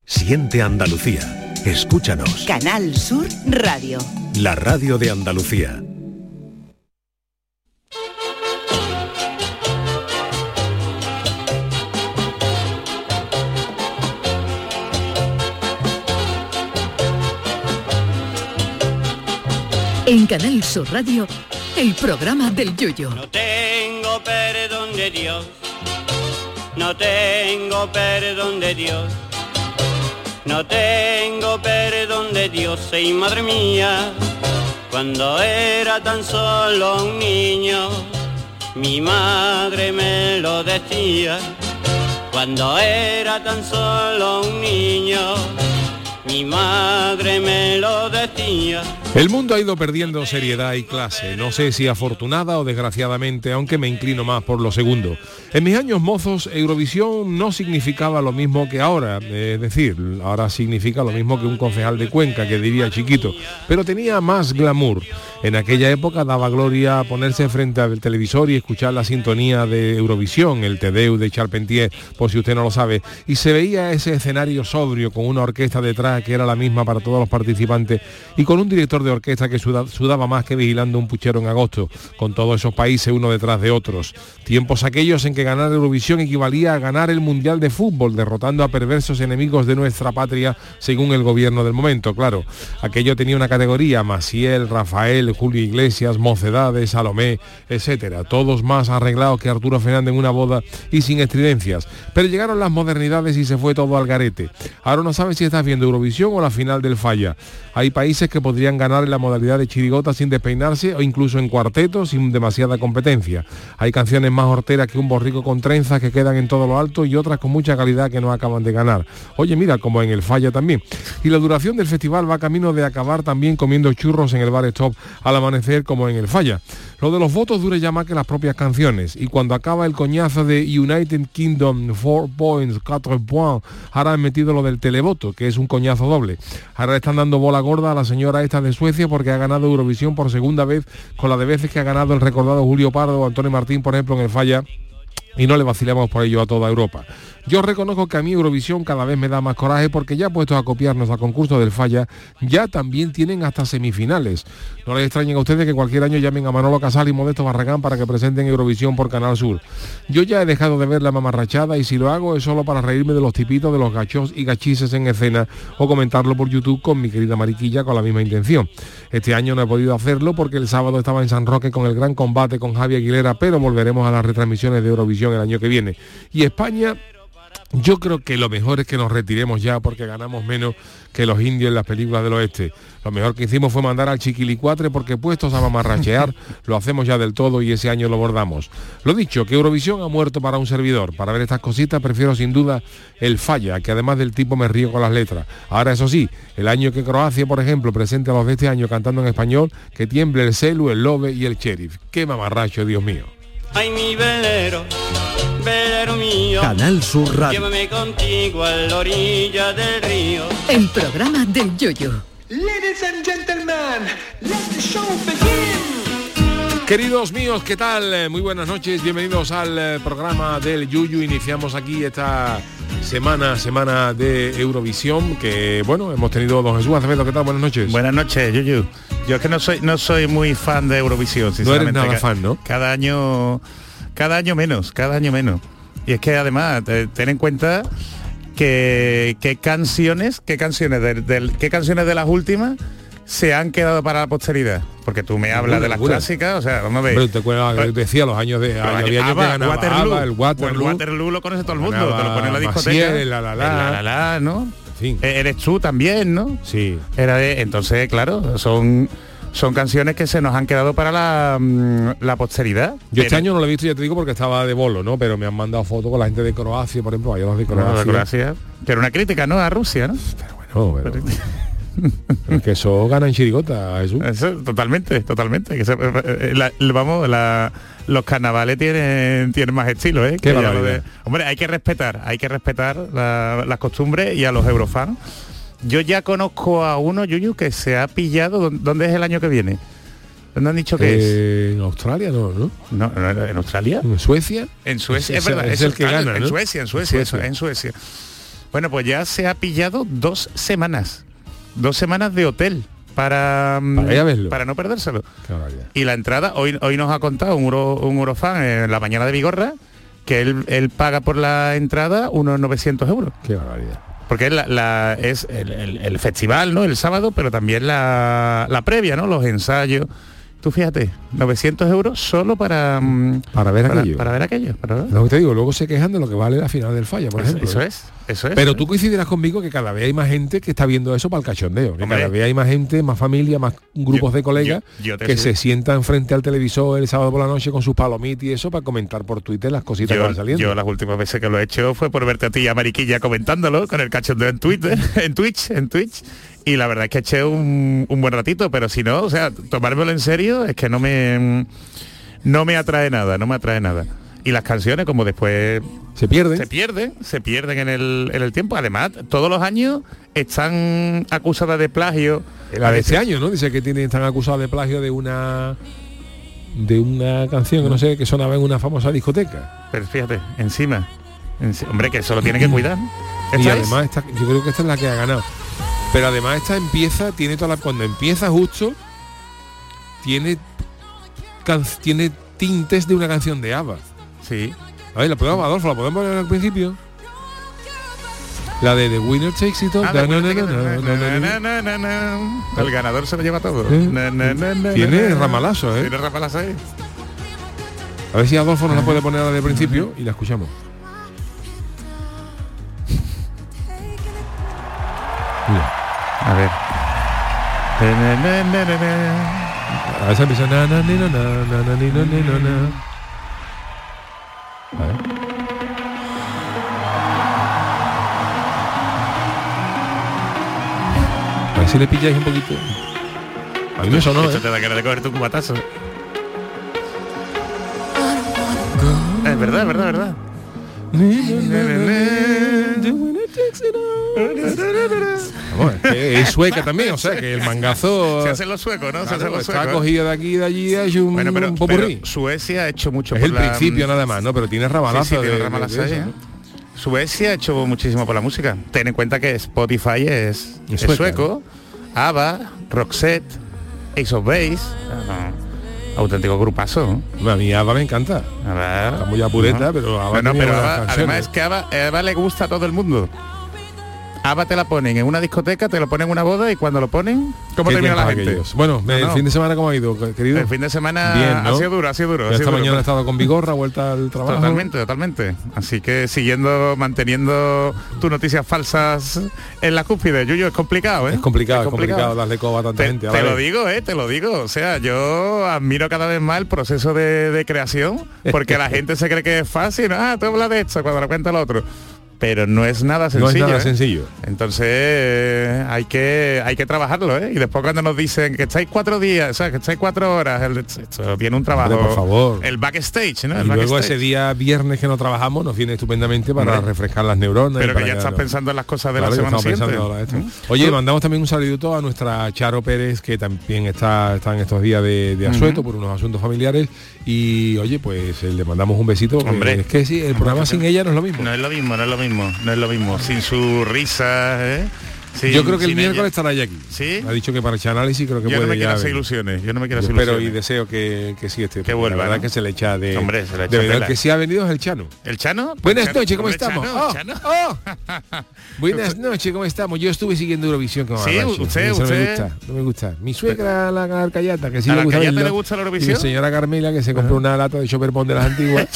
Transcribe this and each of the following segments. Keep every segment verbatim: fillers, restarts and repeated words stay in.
Siente Andalucía. Escúchanos. Canal Sur Radio. La radio de Andalucía. En Canal Sur Radio, el programa del Yoyo. No tengo perdón de Dios, no tengo perdón de Dios, no tengo perdón de Dios, y madre mía, cuando era tan solo un niño, mi madre me lo decía, cuando era tan solo un niño, mi madre me lo decía. El mundo ha ido perdiendo seriedad y clase, no sé si afortunada o desgraciadamente, aunque me inclino más por lo segundo. En mis años mozos, Eurovisión no significaba lo mismo que ahora, es decir, ahora significa lo mismo que un concejal de Cuenca, que diría chiquito, pero tenía más glamour. En aquella época daba gloria ponerse frente al televisor y escuchar la sintonía de Eurovisión, el Te Deum de Charpentier, por si usted no lo sabe, y se veía ese escenario sobrio con una orquesta detrás que era la misma para todos los participantes y con un director de orquesta que sudaba más que vigilando un puchero en agosto, con todos esos países uno detrás de otros. Tiempos aquellos en que ganar Eurovisión equivalía a ganar el Mundial de Fútbol, derrotando a perversos enemigos de nuestra patria según el gobierno del momento. Claro, aquello tenía una categoría: Maciel, Rafael, Julio Iglesias, Mocedades, Salomé, etcétera, todos más arreglados que Arturo Fernández en una boda y sin estridencias. Pero llegaron las modernidades y se fue todo al garete. Ahora no sabes si estás viendo Eurovisión o la final del Falla. Hay países que podrían ganar en la modalidad de chirigota sin despeinarse o incluso en cuarteto sin demasiada competencia. Hay canciones más horteras que un borrico con trenzas que quedan en todo lo alto y otras con mucha calidad que no acaban de ganar. Oye, mira, como en el Falla también. Y la duración del festival va camino de acabar también comiendo churros en el bar Stop al amanecer como en el Falla. Lo de los votos dura ya más que las propias canciones, y cuando acaba el coñazo de United Kingdom, four points, cuatro points, ahora han metido lo del televoto, que es un coñazo doble. Ahora le están dando bola gorda a la señora esta de Suecia porque ha ganado Eurovisión por segunda vez, con la de veces que ha ganado el recordado Julio Pardo o Antonio Martín, por ejemplo, en el Falla, y no le vacilamos por ello a toda Europa. Yo reconozco que a mí Eurovisión cada vez me da más coraje porque ya puestos a copiarnos al concurso del Falla, ya también tienen hasta semifinales. No les extrañen a ustedes que cualquier año llamen a Manolo Casal y Modesto Barragán para que presenten Eurovisión por Canal Sur. Yo ya he dejado de ver la mamarrachada y si lo hago es solo para reírme de los tipitos, de los gachos y gachises en escena o comentarlo por YouTube con mi querida Mariquilla con la misma intención. Este año no he podido hacerlo porque el sábado estaba en San Roque con el gran combate con Javi Aguilera, pero volveremos a las retransmisiones de Eurovisión el año que viene. Y España, yo creo que lo mejor es que nos retiremos ya porque ganamos menos que los indios en las películas del oeste. Lo mejor que hicimos fue mandar al chiquilicuatre porque puestos a mamarrachear lo hacemos ya del todo y ese año lo bordamos. Lo dicho, que Eurovisión ha muerto para un servidor. Para ver estas cositas prefiero sin duda el Falla, que además del tipo me río con las letras. Ahora eso sí, el año que Croacia, por ejemplo, presente a los de este año cantando en español, que tiemble el Celu, el Lobe y el Sheriff. ¡Qué mamarracho, Dios mío! Ay, mi velero, velero mío, Canal Sur Radio. llévame contigo a la orilla del río. El programa del Yoyo. Ladies and gentlemen, let the show begin. Queridos míos, ¿qué tal? Muy buenas noches, bienvenidos al eh, programa del Yuyu. Iniciamos aquí esta semana, semana de Eurovisión, que bueno, hemos tenido don Jesús Acevedo. ¿Qué tal? Buenas noches. Buenas noches, Yuyu. Yo es que no soy no soy muy fan de Eurovisión, sinceramente. No eres nada fan, ¿no? Cada año, cada año menos, cada año menos. Y es que además, te, ten en cuenta que, que canciones, qué canciones de, de, qué canciones de las últimas se han quedado para la posteridad. Porque tú me hablas de las buena. clásicas, o sea, vamos a ver. Pero te acuerdas que decía los años de había años Abba, que ganaba Waterloo, Abba, el Waterloo, el Waterloo lo conoce todo el mundo, ganaba te lo pone en la discoteca. Maciel, la, la, la. El la, la, la, ¿no? En fin. Eres tú también, ¿no? Sí. Era de, entonces, claro, son son canciones que se nos han quedado para la, la posteridad. Yo este año no lo he visto, ya te digo, porque estaba de bolo, ¿no? Pero me han mandado fotos con la gente de Croacia, por ejemplo, allá los de Croacia. No, de Croacia. Pero una crítica, ¿no? A Rusia, ¿no? Pero bueno, pero... pero es que eso gana en chirigota, Jesús. Eso, totalmente, totalmente. Que se, la, vamos, la, los carnavales tienen, tienen más estilo, ¿eh? Qué lo de, hombre, hay que respetar, hay que respetar la, las costumbres y a los eurofans. Yo ya conozco a uno, Yuyu, que se ha pillado. ¿Dónde es el año que viene? ¿Dónde han dicho que eh, es? En Australia, no, ¿no? No, no, ¿en Australia? ¿En Suecia? En Suecia, es, es verdad. Es, es el que claro, gana, en ¿no? Suecia, en Suecia, en Suecia. En Suecia. Bueno, pues ya se ha pillado dos semanas. Dos semanas de hotel para, para, ir a verlo. para no perdérselo. Y la entrada, hoy, hoy nos ha contado un, Euro, un Eurofan en la mañana de Vigorra que él, él paga por la entrada unos novecientos euros. Qué barbaridad. Porque es, la, la, es el, el, el festival, ¿no? El sábado, pero también la, la previa, ¿no? Los ensayos. Tú fíjate, novecientos euros solo para para ver para, aquello. Para ver aquello. Para ver. Lo que te digo, luego se quejan de lo que vale la final del Falla, por eso, ejemplo. Eso ¿eh? es, eso es. Pero tú coincidirás conmigo que cada vez hay más gente que está viendo eso para el cachondeo. Que Hombre. cada vez hay más gente, más familia, más grupos Yo- de colegas yo- yo te que sé. se sientan frente al televisor el sábado por la noche con sus palomitas y eso para comentar por Twitter las cositas que Yo, van saliendo. yo las últimas veces que lo he hecho fue por verte a ti y a Mariquilla comentándolo con el cachondeo en Twitter, en Twitch, en Twitch. Y la verdad es que eché un, un buen ratito, pero si no, o sea, tomármelo en serio es que no me no me atrae nada, no me atrae nada. Y las canciones, como después se pierden. se pierden, se pierden en el, en el tiempo. Además, todos los años están acusadas de plagio. La de este año, ¿no? Dice que tienen, están acusados de plagio de una de una canción que no sé, que sonaba en una famosa discoteca. Pero fíjate, encima. enci- hombre, que eso lo tiene que cuidar. Y ¿Esta es? además esta, yo creo que esta es la que ha ganado. Pero además esta empieza, tiene toda la, cuando empieza justo, tiene can, tiene tintes de una canción de ABBA. Sí. A ver, la podemos, Adolfo, la podemos poner al principio. La de The Winner Takes It All. Ah, Na, de- na, na, na, na, na, na. Na, na, na, na. El ganador se lo lleva todo. ¿Eh? Na, na, na, na, Tiene na. ramalazo, ¿eh? Tiene ramalazo ahí. A ver si Adolfo nos la puede poner al principio y la escuchamos. Mira. A ver. Na, na, na, na, na. A ver si empieza na na ni, na na na na ni, na, ni, na, na. A ver. A ver si le pilláis un poquito. A mí me sonó, Esto ¿eh? te da ganas de coger tu cubatazo. Es verdad, es verdad, es verdad. Vamos, es, que es sueca también, o sea que el mangazo Se hacen los suecos, ¿no? Se claro, hacen los está suecos. cogido de aquí y de allí, ha hecho un, Bueno, pero, un popurrí. pero Suecia ha hecho mucho Es por el la- principio nada más, ¿no? Pero tiene ramalazo Sí, sí, tiene de- ramalazo de ahí, eso, ¿eh? ¿no? Suecia ha hecho muchísimo por la música. Ten en cuenta que Spotify es, Es es sueca, sueco, ABBA, Roxette, Ace of Base, ah, no, auténtico grupazo, ¿no? A mí ABBA me encanta. A ver, Está muy apureta, no. pero ABBA No, no, tiene pero buenas ABBA, canciones. además es que ABBA, a ABBA le gusta a todo el mundo. ABBA te la ponen en una discoteca, te lo ponen en una boda y cuando lo ponen, ¿cómo ¿Qué termina la tiempos gente? aquellos? Bueno, No, el no. fin de semana cómo ha ido, querido. El fin de semana Bien, ¿no? ha sido duro, ha sido duro. ha Ya sido esta duro. mañana he estado con Vigorra, vuelta al trabajo. Totalmente, totalmente. Así que siguiendo, manteniendo tus noticias falsas en la cúspide, Yuyo, es complicado, ¿eh? Es complicado, es complicado darle coba a tanta Te, gente. a te la lo vez. digo, eh, te lo digo. O sea, yo admiro cada vez más el proceso de, de creación, porque la gente se cree que es fácil. Ah, tú hablas de esto cuando lo cuenta el otro. Pero no es nada sencillo. No es nada ¿eh? sencillo. Entonces eh, hay que hay que trabajarlo, ¿eh? Y después cuando nos dicen que estáis cuatro días, o sea, que estáis cuatro horas, el, esto tiene un trabajo. Hombre, por favor. El backstage, ¿no? Y El luego backstage. ese día viernes que no trabajamos nos viene estupendamente para Hombre. refrescar las neuronas. Pero y para que ya estás pensando en las cosas de Claro, la que semana estamos siguiente. pensando ahora esto. ¿Mm? Oye, Tú- mandamos también un saludo a nuestra Charo Pérez, que también está, está en estos días de, de asueto por unos asuntos familiares. Y oye, pues eh, le mandamos un besito. porque Hombre. Es que sí, el programa sin ella no es lo mismo. No es lo mismo, no es lo mismo, no es lo mismo. Sin su risa, ¿eh? Sin- Yo creo que el sin miércoles ella. estará ya aquí. ¿Sí? Ha dicho que para echar análisis creo que Yo no puede me quiero ya hacer venir. ilusiones, yo no me quiero Yo hacer espero y ilusiones. deseo que, que sí esté. Que porque vuelva, La verdad ¿no? que se le echa de... Hombre, se le echa de verdad, tela. el que sí ha venido es el Chano. ¿El Chano? Pues Buenas Chano, noches, ¿cómo hombre, estamos? Chano, Oh, Chano. oh. Buenas noches, ¿cómo estamos? Yo estuve siguiendo Eurovisión con Sí, Arracho. usted, Eso no me usted. gusta, no me gusta. Mi suegra, la Arcayata, que sí ¿A le la gusta Arcayata verlo. le gusta la Y Eurovisión? mi señora Carmela, que se compró una lata de Chopperpon de las antiguas.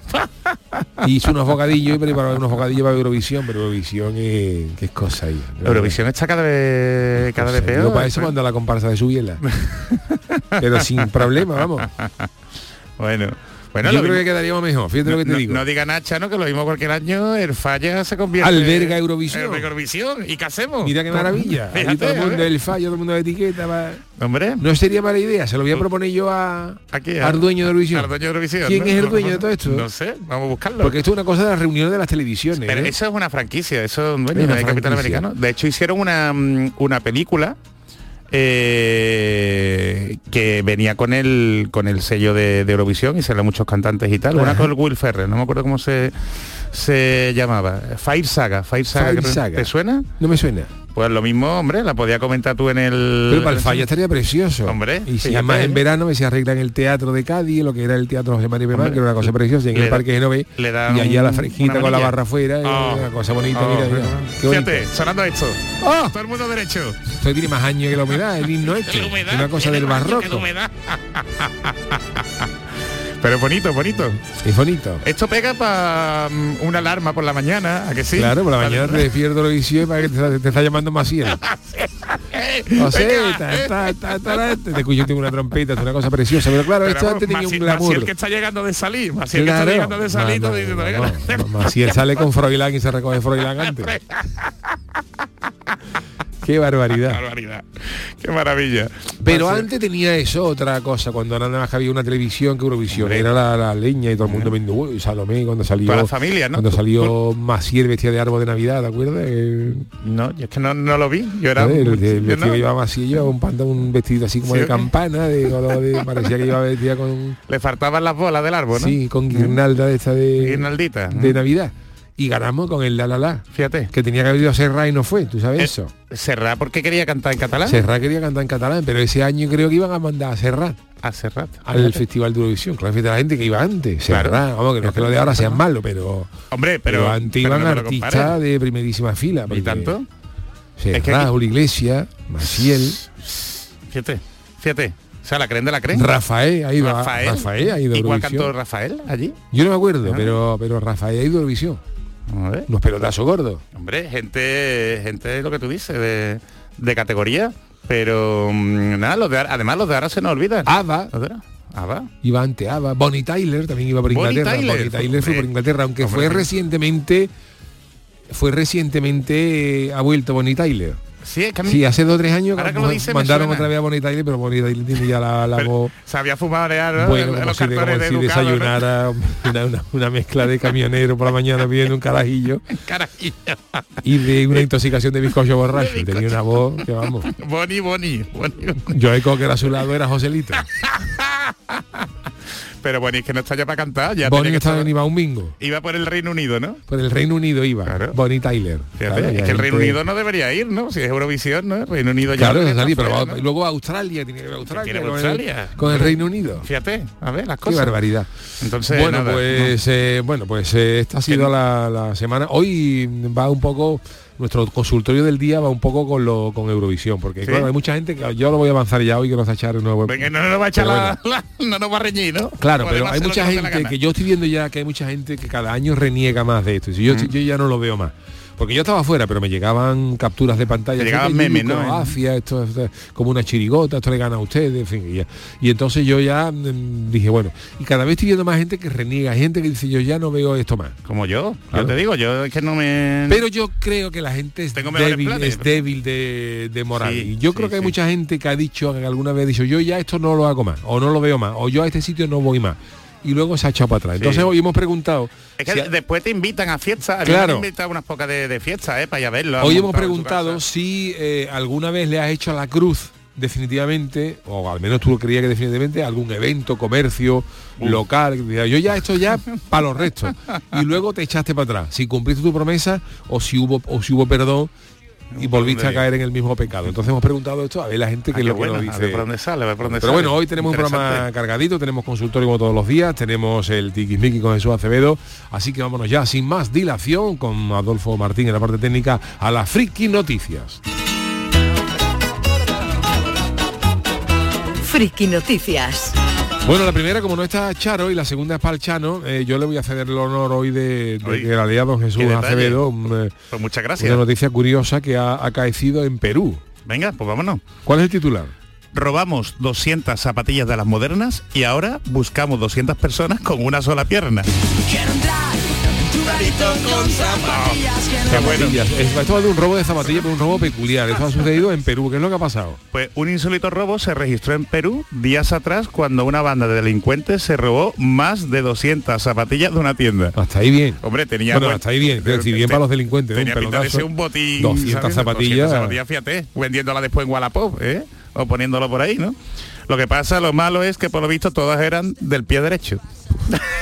Y hizo unos bocadillos, pero para unos bocadillos para Eurovisión, pero Eurovisión es, ¿qué es cosa ahí? Eurovisión está cada vez cada vez peor. Yo para eso mando a la comparsa de su biela. Pero sin problema, vamos. Bueno, bueno, Yo lo creo mismo- que quedaríamos mejor, fíjate lo que te no, digo. no diga Nacha, ¿no? Que lo mismo cualquier año el Falla se convierte Alberga Eurovisión. Alberga Eurovisión. ¿Y qué hacemos? Mira qué maravilla. Ahí Fíjate, todo el mundo ¿eh? del fallo, todo el mundo de etiqueta. Va. Hombre, No sería mala idea, se lo voy a proponer yo a, aquí al dueño de Eurovisión. al dueño de Eurovisión, ¿Quién ¿no? es el dueño de todo esto? No sé, vamos a buscarlo. Porque esto es una cosa de las reuniones de las televisiones. Pero ¿eh? eso es una franquicia, eso es un dueño Es una de Capital franquicia. Americano. De hecho hicieron una, mm, una película eh, que venía con el con el sello de, de Eurovisión y salen muchos cantantes y tal. Una Ajá. con Will Ferrell, no me acuerdo cómo se se llamaba? Fire Saga. Fire Saga. Fire ¿te- Saga. ¿Te suena? No me suena. Pues lo mismo, hombre, la podía comentar tú en el... Pero para el falla estaría precioso. Hombre, y si fíjate, además ¿eh? en verano me se arregla en el teatro de Cádiz, lo que era el teatro José María Pemán, Hombre, que era una cosa preciosa, y en le el da- Parque Genové, le dan y allá la un- fresquita una con la manilla. barra afuera, y Oh, una cosa bonita, oh, mira, mira. Qué bonito. Fíjate, sonando esto. ¡Ah! Todo el mundo derecho. Esto tiene más años que la humedad, el himno este. La humedad, Una cosa del tiene más años que barroco. la humedad. Pero bonito, bonito. Es bonito. Esto pega para una alarma por la mañana, ¿a que sí? Claro, por la mañana te despierto lo visión para que te, te está llamando Maciel. No sé, Venga, ta, eh. ta, ta, ta, te escucho tengo una trompeta, es una cosa preciosa, pero claro, Pero esto vamos, antes tenía Maciel- un glamour. Maciel que está llegando de salir, Maciel que Claro. está llegando de salir, No, todo no, diciendo, no, venga, no, no, Maciel sale con Froilán y se recoge Froilán antes. Qué barbaridad. barbaridad. Qué maravilla. Pero Maciel- antes tenía eso, otra cosa, cuando nada más había una televisión que Eurovisión, Hombre. era la, la leña y todo el mundo viendo, uy, Salomé, cuando salió... Para la familia, ¿no? Cuando salió Maciel vestida de árbol de Navidad, ¿te acuerdas? El, No, yo es que no, no lo vi. Yo era el, el yo vestido no. que llevaba Maciel, llevaba un pantalón, un vestido así como Sí, de ¿o qué? campana, de, color de- parecía que llevaba vestida con... Le faltaban las bolas del árbol, ¿no? Sí, con guirnalda de esta de, Guirnaldita. de Navidad. Y ganamos con el La La La, Fíjate. que tenía que haber ido a Serra y no fue, ¿tú sabes Eh, eso? Serrat, ¿por qué quería cantar en catalán? Serra quería cantar en catalán, pero ese año creo que iban a mandar a Serrat A Serrat. al Fíjate. Festival de Eurovisión. Claro, fíjate la gente que iba antes. Claro. Serrat, vamos, que no es que lo de ahora sean malos, pero, Hombre, pero, pero antes pero iban no me lo artistas compares. de primerísima fila. ¿Y porque tanto? Serrat, Es que aquí- Julio Iglesias, Maciel, Fíjate, fíjate. O sea, la creen de la creen. Rafael ha ido a- Rafael. Rafael ha ido a Igual Eurovisión. cantó Rafael allí. Yo no me acuerdo, Ah. pero pero Rafael ha ido a Eurovisión. A ver. Unos pelotazos gordos. Hombre, gente, gente lo que tú dices, de, de categoría. Pero mm, nada, los de ahora- además los de ahora se nos olvidan. Ava, Los de ahora. Ava. iba ante Ava. Bonnie Tyler también iba por Bonnie Inglaterra. Tyler. Bonnie Tyler fue Hombre. por Inglaterra, aunque Hombre, fue sí. recientemente, fue recientemente eh, ha vuelto Bonnie Tyler. Sí, es que a mí Sí, hace dos o tres años Ahora que lo dice, me mandaron suena. otra vez a Bonnie Tyler, pero Bonnie Tyler tiene ya la, la pero voz. se había fumado ya, ¿no? Bueno, En como los si, de- cartones como de si Educado, ¿no? desayunara una, una- una mezcla de camionero por la mañana pidiendo un carajillo Carajillo. y de una intoxicación de bizcocho borracho. De bizcocho. Tenía una voz que vamos. Boni, Boni, Boni. Joe Cocker a su lado era Joselito. Pero Boni es que no está ya para cantar. Ya Bonnie tenía que estaba estar- en iba un bingo. Iba por el Reino Unido, ¿no? Por el Reino Unido iba. Claro. Bonnie Tyler. Fíjate, Claro, es y que el la Reino gente- Unido no debería ir, ¿no? Si es Eurovisión, ¿no? El Reino Unido ya Claro, debería es salir, estar pero fuera, va- ¿no? luego Australia, tiene que ver Australia, Tiene con, Australia. El, con el Reino Unido. Fíjate, a ver las Qué cosas. barbaridad. Entonces, bueno, nada, pues eh, bueno, pues eh, esta ha sido la, la semana. Hoy va un poco, nuestro consultorio del día va un poco con lo con Eurovisión, porque Sí. claro, hay mucha gente que yo lo voy a avanzar ya hoy que nos va a echar un nuevo. Venga, no nos va a echar Pero la, la- no nos va a reñir, ¿no? Claro, pero Podemos hay hacer lo mucha nos dé la gente gana. que yo estoy viendo ya que hay mucha gente que cada año reniega más de esto. Y yo, yo ya no lo veo más. Porque yo estaba afuera, pero me llegaban capturas de pantalla. Te llegaban Esto es memes, ¿no? Croacia, esto es como una chirigota, esto le gana a ustedes, en fin. Y, ya. Y entonces yo ya mm, dije, bueno, y cada vez estoy viendo más gente que reniega, hay gente que dice, yo ya no veo esto más. Como yo, Claro. yo te digo, yo es que no me... Pero yo creo que la gente es Tengo mejores débil, planes. es débil de, de moral. Sí, y yo sí, creo que hay sí. mucha gente que ha dicho, que alguna vez ha dicho, yo ya esto no lo hago más, o no lo veo más, o yo a este sitio no voy más. Y luego se ha echado para atrás. Sí. Entonces hoy hemos preguntado. Es que si ha- después te invitan a fiestas. A mí Claro. me han invitado unas pocas de, de fiestas, ¿eh? Para ir a verlo. Hoy han hemos montado en su preguntado casa. si eh, alguna vez le has hecho a la cruz definitivamente, o al menos tú lo creías que definitivamente, algún evento, comercio, local, que decías, yo ya esto ya para los restos. Y luego te echaste para atrás, si cumpliste tu promesa o si hubo o si hubo perdón y volviste a caer en el mismo pecado. Entonces hemos preguntado esto, a ver la gente Ah, que es qué lo que bueno, nos a ver dice. por dónde sale, a ver por dónde Pero sale. bueno, hoy tenemos un programa Interesante. cargadito, tenemos consultorio como todos los días, tenemos el Tiquismiqui con Jesús Acevedo, así que vámonos ya sin más dilación con Adolfo Martín en la parte técnica a las friki noticias. Friki Noticias. Bueno, la primera, como no está Charo, y la segunda es para el Chano, eh, yo le voy a ceder el honor hoy de, de Oye, que la lea don Jesús qué detalle. Acevedo, un, eh, Pues muchas una gracias. noticia curiosa que ha acaecido en Perú. Venga, pues vámonos. ¿Cuál es el titular? Robamos doscientas zapatillas de las modernas y ahora buscamos doscientas personas con una sola pierna. Qué bueno. Zapatillas. Es- Esto va de un robo de zapatillas, pero un robo peculiar. Esto ha sucedido en Perú. ¿Qué es lo que ha pasado? Pues un insólito robo se registró en Perú días atrás cuando una banda de delincuentes se robó más de doscientas zapatillas de una tienda. Hasta ahí bien. Hombre, tenía... Bueno, buen- hasta ahí bien. Quiero decir, bien te- para los delincuentes. Tenía un pinta de pelotazo. ser un botín. doscientas ¿sabes? zapatillas. doscientas zapatillas, fíjate, vendiéndola después en Wallapop, ¿eh? O poniéndolo por ahí, ¿no? Lo que pasa, lo malo es que por lo visto todas eran del pie derecho.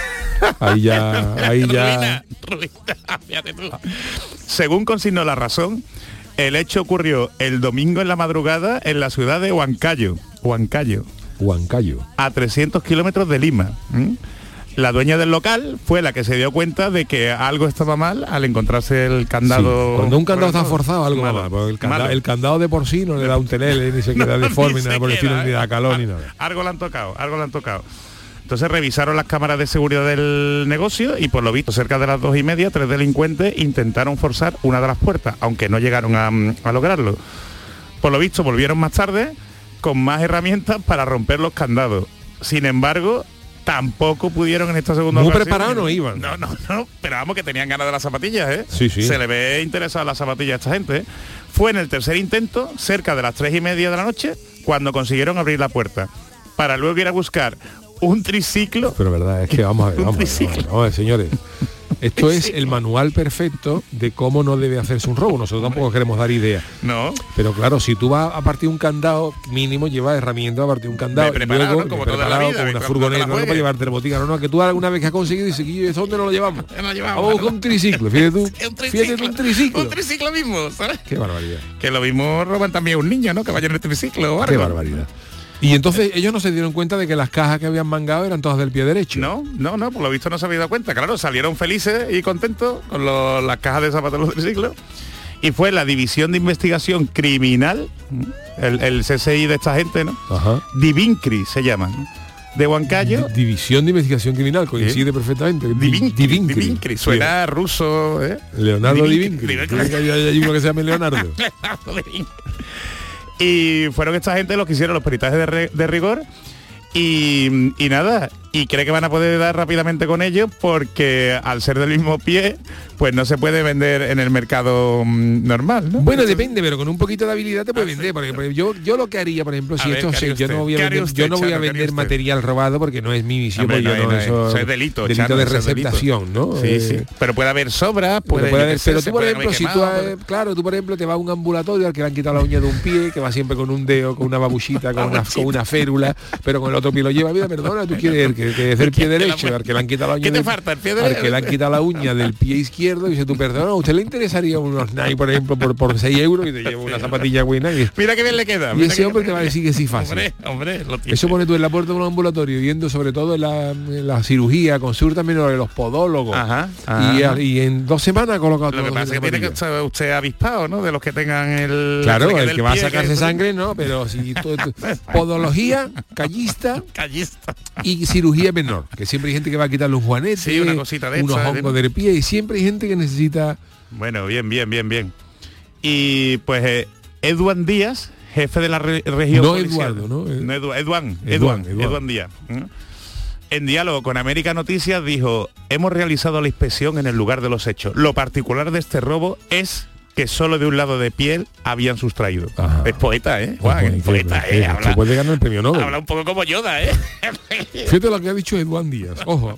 Ahí ya, ahí ya. Ruina, ruina, fíjate tú. Según consignó La Razón, el hecho ocurrió el domingo en la madrugada en la ciudad de Huancayo. Huancayo. Huancayo. A trescientos kilómetros de Lima. ¿Mm? La dueña del local fue la que se dio cuenta de que algo estaba mal al encontrarse el candado. Sí, cuando un candado bueno, está forzado, algo malo, va mal. Porque el, candado, malo. el candado de por sí no le da un telele, ni se queda No, deforme, ni ni nada se por el estilo, queda, ni da calor, ¿eh? ni nada. Algo le han tocado, algo le han tocado. Entonces revisaron las cámaras de seguridad del negocio y por lo visto cerca de las dos y media tres delincuentes intentaron forzar una de las puertas, aunque no llegaron a, a lograrlo. Por lo visto volvieron más tarde con más herramientas para romper los candados. Sin embargo, tampoco pudieron en esta segunda Muy ocasión. preparados no iban. No, no, no, pero vamos, que tenían ganas de las zapatillas, ¿eh? Sí, sí. Se le ve interesada las zapatillas a esta gente, ¿eh? Fue en el tercer intento, cerca de las tres y media de la noche, cuando consiguieron abrir la puerta, para luego ir a buscar un triciclo. Pero verdad, es que vamos a ver, Un vamos a ver, triciclo. vamos a ver, vamos a ver, señores. Esto es el manual perfecto de cómo no debe hacerse un robo. Nosotros tampoco queremos dar ideas. No. Pero claro, si tú vas a partir un candado, mínimo lleva herramientas a partir un candado. Ve preparado, luego, ¿no? Como ve toda la preparado, vida, con que una cuando furgoneta, te la no para juegues. llevarte el botica, no, no, que tú alguna vez que has conseguido y dices, ¿y eso dónde nos lo llevamos? No lo llevamos, Vamos a buscar ¿no? un triciclo, fíjate tú. Es un Fíjate tú, un triciclo. Un triciclo mismo, ¿sabes? Qué barbaridad. Que lo mismo roban también a un niño, ¿no? Que vaya en el triciclo o algo. Qué barbaridad. Y entonces ellos no se dieron cuenta de que las cajas que habían mangado eran todas del pie derecho. No, no, no, por lo visto no se había dado cuenta. Claro, salieron felices y contentos con lo- las cajas de zapatos de los triciclos. Y fue la División de Investigación Criminal, el, el C S I de esta gente, ¿no? Ajá. Divincri se llama, ¿no? De Huancayo. Di- División de Investigación Criminal, coincide perfectamente. Di- Divincri, Divincri. Divincri, suena ruso, ¿eh? Leonardo Divincri, Divincri. Divincri. Hay, hay- hay uno que se llama Leonardo. Y fueron esta gente los que hicieron los peritajes de, re- de rigor y, y nada, y cree que van a poder dar rápidamente con ellos porque al ser del mismo pie, pues no se puede vender en el mercado mm, normal, ¿no? Bueno, depende, pero con un poquito de habilidad te puede vender. Porque, por ejemplo, yo, yo lo que haría, por ejemplo, A si ver, esto ¿qué se, haría yo no usted? voy a ¿Qué haría vender, usted, yo no voy a Chano? ¿Qué haría vender usted? material robado porque no es mi misión, Hombre, porque yo no, no, no, eso, eso es delito, delito Chano, de eso es delito. receptación, ¿no? Sí, Eh, sí. Pero puede haber sobras, Pero, puede, puede yo haber- qué sé, pero se tú, por puede ejemplo, haber si tú, quemado, has- claro, tú, por ejemplo, te vas a un ambulatorio al que le han quitado la uña de un pie, que va siempre con un dedo, con una babuchita, con una, con una férula, pero con el otro pie lo lleva. Mira, perdona, tú quieres que, que es del pie derecho, al que le han quitado la uña ¿Qué te del- falta, el pie al derecho? que le han quitado la uña del pie izquierdo, y dice, tú, perdona, ¿a usted le interesaría unos Nike, por ejemplo, por, por seis euros y te lleva una zapatilla buena? Y, Mira qué bien le queda. y mira ese qué- hombre te va a decir que sí fácil. Hombre, hombre, lo tiene. Eso pone tú en la puerta de un ambulatorio viendo sobre todo en la, en la cirugía, consulta menor de los podólogos. Ajá, y, ajá. a- y en dos semanas ha colocado Lo que todos pasa es en que tiene que zapatilla. estar usted avispado, ¿no? De los que tengan el... Claro, que el del que va a pie, sacarse que- sangre, no, pero si tú- tú- podología, callista Callista. y cirugía menor, que siempre hay gente que va a quitarle un juanete, Sí, una cosita de unos esa, hongos ¿no? del pie, y siempre hay gente que necesita... Bueno, bien, bien, bien, bien. Y pues eh, Eduan Díaz, jefe de la re- región No policial. Eduardo, ¿no? Eh, No, Edu- Eduan, Eduan, Eduan, Eduan. Eduan Díaz. ¿Mm? En diálogo con América Noticias dijo, hemos realizado la inspección en el lugar de los hechos. Lo particular de este robo es que solo de un lado de piel habían sustraído. Ajá. Es poeta, ¿eh? Juan, Ojo, es que- poeta, que- ¿eh? que Habla, puede ganar el premio Nobel. habla un poco como Yoda, ¿eh? Fíjate lo que ha dicho Eduardo Díaz. Ojo.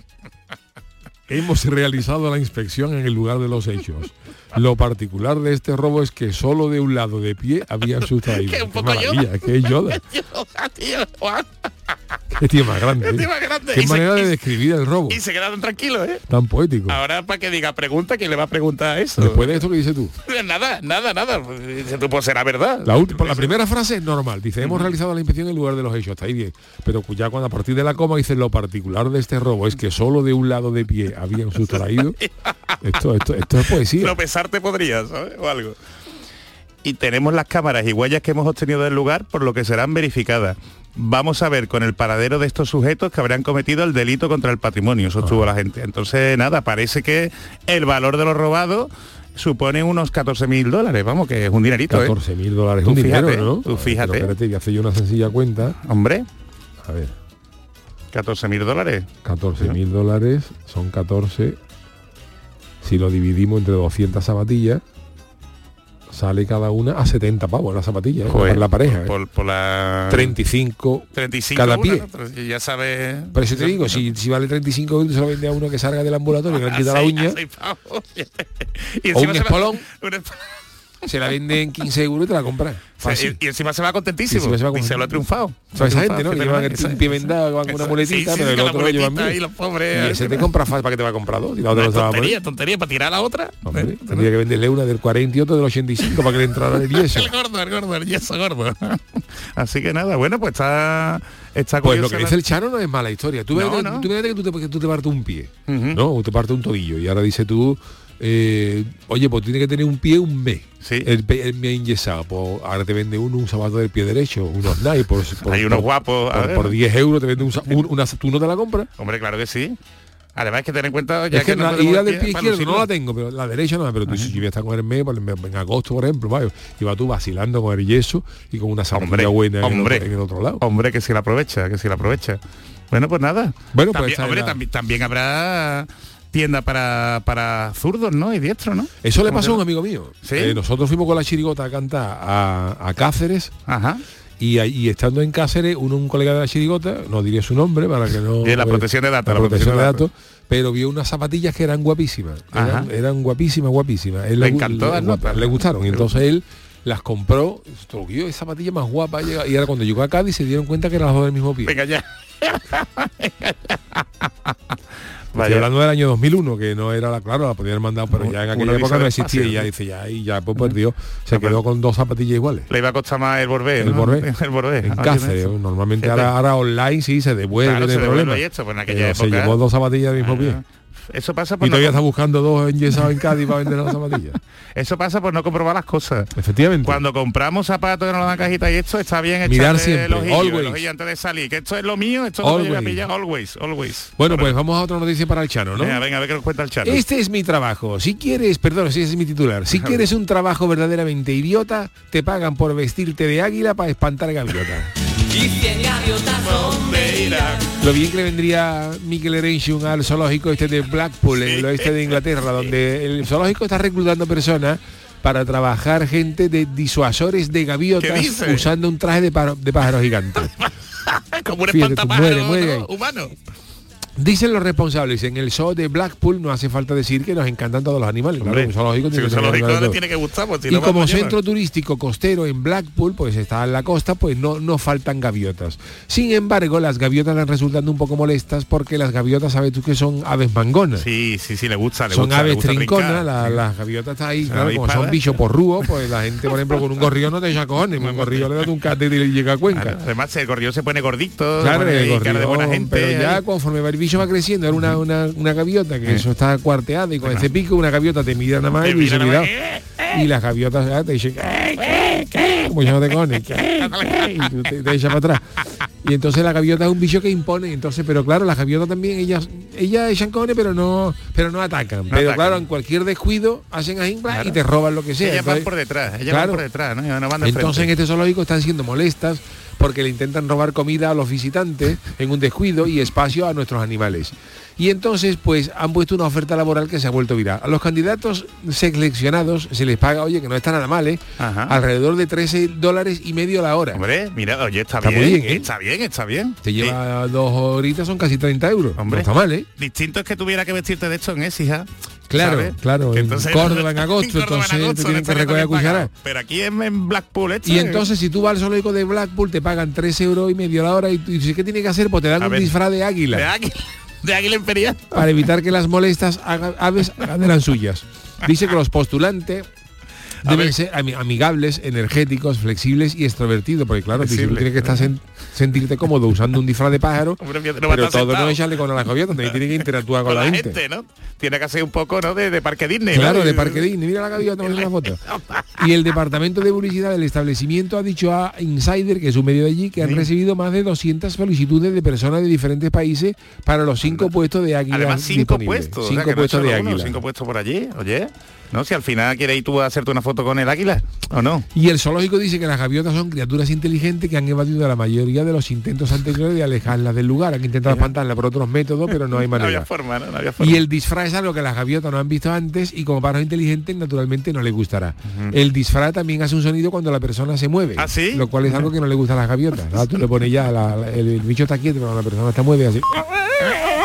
Hemos realizado la inspección en el lugar de los hechos. Lo particular de este robo es que solo de un lado de pie habían sustraído. Que un Qué poco maravilla, Yoda. es que es Yoda. Yoda, tío, Juan. Qué tío más grande. Qué ¿eh? tío más grande. Qué Y se- manera y- de describir el robo. Y se quedaron tranquilos, ¿eh? Tan poético. Ahora para que diga pregunta, ¿quién le va a preguntar eso? Después de esto que dices tú. Nada, nada, nada. Dice tú, pues será verdad. La, última, la primera frase es normal. Dice, hemos realizado la inspección en el lugar de los hechos. Está ahí bien. Pero ya cuando a partir de la coma dice, lo particular de este robo es que solo de un lado de pie habían sustraído. Esto, esto, esto es poesía. Tropezarte podría, ¿sabes? O algo. Y tenemos las cámaras y huellas que hemos obtenido del lugar, por lo que serán verificadas. Vamos a ver con el paradero de estos sujetos que habrían cometido el delito contra el patrimonio, sostuvo la gente. Entonces, nada, parece que el valor de lo robado supone unos catorce mil dólares. Vamos, que es un dinerito, ¿eh? catorce mil dólares. Tú Un dinero, fíjate, ¿no? tú fíjate. Pero espérate, que hace yo una sencilla cuenta. Hombre, A ver, catorce mil dólares. catorce mil dólares son catorce. Si lo dividimos entre doscientas zapatillas, sale cada una a setenta pavos la zapatilla, ¿eh? Joder, la pareja. ¿eh? Por, por la... treinta y cinco treinta y cinco cada una, pie. ¿no? Pero ya sabes... Por eso te digo, si, si vale treinta y cinco euros, se lo vende a uno que salga del ambulatorio, que le han quitado la A seis- uña, a seis pavos. Y o encima un se la- espolón, un esp- se la vende en quince euros y te la compras. Fácil. Y, y encima se va contentísimo. Y, se, va y se lo ha triunfado. Esa gente, ¿no? Que llevan el pie vendado, van con una muletita, sí, sí, pero el sí, otro lo llevan bien. Y los pobres. Y ese te compra fácil, ¿para qué te va a comprar dos? Y la otra no, lo tontería, tontería, para tirar a la otra. Hombre, tendría que venderle una del cuarenta y otro del ochenta y cinco para que le entrara el yeso. El gordo, el gordo, el yeso gordo. Así que nada, bueno, pues está... Está pues lo que dice el Chano no es mala historia. Tú ves no, no. que tú te, que tú te partes un pie, uh-huh. ¿no? O te partes un tobillo. Y ahora dice tú, eh, oye, pues tiene que tener un pie un mes. Sí. El, el mes enyesado. Pues ahora te vende uno un zapato del pie derecho, unos Nike. Por, por, Hay unos por, guapos. Por, por diez euros te vende un, un, una... ¿Tú no te la compras? Hombre, claro que sí. Además hay que tener en cuenta ya es que, que no la, y la del pie para izquierdo lucirlo. no la tengo, pero la derecha no, pero tú si yo voy a estar con el mes, pues, en agosto por ejemplo, vaya, y vas tú vacilando con el yeso y con una zapatilla buena hombre, en, el, en el otro lado. Hombre, que si la aprovecha, que si la aprovecha. Bueno, pues nada. Bueno, también, pues hombre, la... también, también habrá tienda para, para zurdos, ¿no? Y diestros, ¿no? Eso le pasó a un amigo mío. ¿Sí? Eh, nosotros fuimos con la chirigota a cantar a, a Cáceres. Ajá. Y, y estando en Cáceres, uno, un colega de la chirigota, no diré su nombre para que no... Y la protección de datos. La, la protección, protección de datos. datos pero vio unas zapatillas que eran guapísimas. Eran, eran guapísimas, guapísimas. Él le le encantó. Le, ¿no? le gustaron. Y entonces él las compró. Yo, esa zapatilla más guapa. Y ahora cuando llegó a Cádiz se dieron cuenta que eran las dos del mismo pie. Venga ya. Estoy hablando del año dos mil uno, que no era la, claro, la podían mandar, pero ya en aquella época no existía fácil, y ya dice, ya, y ya pues perdió, se quedó con dos zapatillas iguales. Le iba a costar más el Borbé, el ¿no? Borbé, el Borbé. En Cáceres, normalmente ahora, ahora online sí se devuelve, claro, no hay se problema. Y esto, pues en aquella época, se llevó dos zapatillas del mismo ah, pie. Eso pasa por y todavía no... está buscando dos enyesados en Cádiz para vender las zapatillas. Eso pasa por no comprobar las cosas. Efectivamente. Cuando compramos zapatos que nos dan cajita y esto está bien mirar siempre, los ojillos, always. los ojillos antes de salir, que esto es lo mío, esto no me llega a pillar, always, always. Bueno, pues vamos a otra noticia para el Chano, ¿no? Venga, venga, a ver qué nos cuenta el Chano. Este es mi trabajo. Si quieres, perdón, ese es mi titular. Si quieres un trabajo verdaderamente idiota, te pagan por vestirte de águila para espantar gaviotas. Y cien gaviotas donde irán. Lo bien que le vendría Mikel Erenchun al zoológico este de Blackpool, en el oeste de Inglaterra, donde el zoológico está reclutando personas para trabajar gente de disuasores de gaviotas usando un traje de, pájaro, de pájaro gigante. Como un espantapájaro, muere, ¿no? Humano. Dicen los responsables, en el zoo de Blackpool no hace falta decir que nos encantan todos los animales. Hombre, claro, un zoológico tiene, si que, zoológico le tiene que gustar. Pues, si y no como centro llevar. turístico costero en Blackpool, pues está en la costa, pues no, no faltan gaviotas. Sin embargo, las gaviotas están resultando un poco molestas porque las gaviotas, sabes tú que son aves mangonas. Sí, sí, sí, le gusta. Le son gusta, aves le gusta trinconas, la, sí. las gaviotas están ahí, son claro, como son bichos porrúos, pues la gente, por ejemplo, con un gorrión no te echa cojones, un gorrión le da un cate y le llega a Cuenca. Claro, además, el gorrión se pone gordito, claro, pone el gorrión, de buena gente. Pero ya conforme el bicho va creciendo, era una, una, una gaviota que eh. eso está cuarteada y con ese pico una gaviota te mira nada más y dice, cuidado. Y las gaviotas ya te dicen, ¿qué? ¿Qué? ¿Qué? Como ya no te cojones, ¿qué? ¿Qué? Y tú te, te echas para atrás. Y entonces la gaviota es un bicho que impone, entonces, pero claro, las gaviotas también, ellas, ellas echan cojones, pero no, pero no atacan. No pero atacan. Claro, en cualquier descuido hacen ahí claro. y te roban lo que sea. Ellas entonces, van por detrás, ellas claro, van por detrás, ¿no? no van de entonces frente. en este zoológico están siendo molestas porque le intentan robar comida a los visitantes en un descuido y espacio a nuestros animales. Y entonces, pues, han puesto una oferta laboral que se ha vuelto viral. A los candidatos seleccionados se les paga, oye, que no está nada mal, ¿eh? Ajá. Alrededor de trece dólares y medio la hora. Hombre, mira, oye, está, está bien, muy bien, ¿eh? está bien, está bien. Te lleva sí. dos horitas, son casi treinta euros. Hombre, no está mal, ¿eh? Distinto es que tuviera que vestirte de esto en Écija. Claro, ¿sabes? claro, que en entonces, Córdoba en agosto, en Córdoba, entonces en agosto, te tienen que recoger a cuchara. Pero aquí en, en Blackpool esto y entonces si tú vas al zoológico de Blackpool te pagan tres euros y medio la hora y, y ¿qué tiene que hacer? Pues te dan a un ver, disfraz de águila. De águila. De águila imperial. Para evitar que las molestas aves hagan suyas. Dice que los postulantes deben ser amigables, energéticos, flexibles y extrovertidos, porque claro, si tú tienes que estar sen sentirte cómodo usando un disfraz de pájaro, hombre, no pero todo sentado. No echarle con las gaviotas, también tiene que interactuar con, con la, la gente. gente ¿no? Tiene que hacer un poco, ¿no? De, de Parque Disney. Claro, ¿no? de Parque Disney. Mira la gaviota, mira la foto. Y el departamento de publicidad del establecimiento ha dicho a Insider, que es un medio de allí, que han sí. recibido más de doscientas solicitudes de personas de diferentes países para los cinco Anda. puestos de águila. Además, cinco puestos. Cinco o sea, puestos no de uno, águila. Cinco puestos por allí, oye. ¿No? Si al final quieres ir tú a hacerte una foto con el águila, ¿o no? Y el zoológico dice que las gaviotas son criaturas inteligentes que han evadido la mayoría de los intentos anteriores de alejarlas del lugar. Han intentado espantarlas por otros métodos, pero no hay manera. No había forma, ¿no? No había forma. Y el disfraz es algo que las gaviotas no han visto antes y como pájaros inteligentes naturalmente no les gustará. Uh-huh. El disfraz también hace un sonido cuando la persona se mueve. ¿Ah, sí? Lo cual es algo que no le gusta a las gaviotas. ¿no? Tú le pones ya, la, la, el, el bicho está quieto, cuando la persona está mueve así.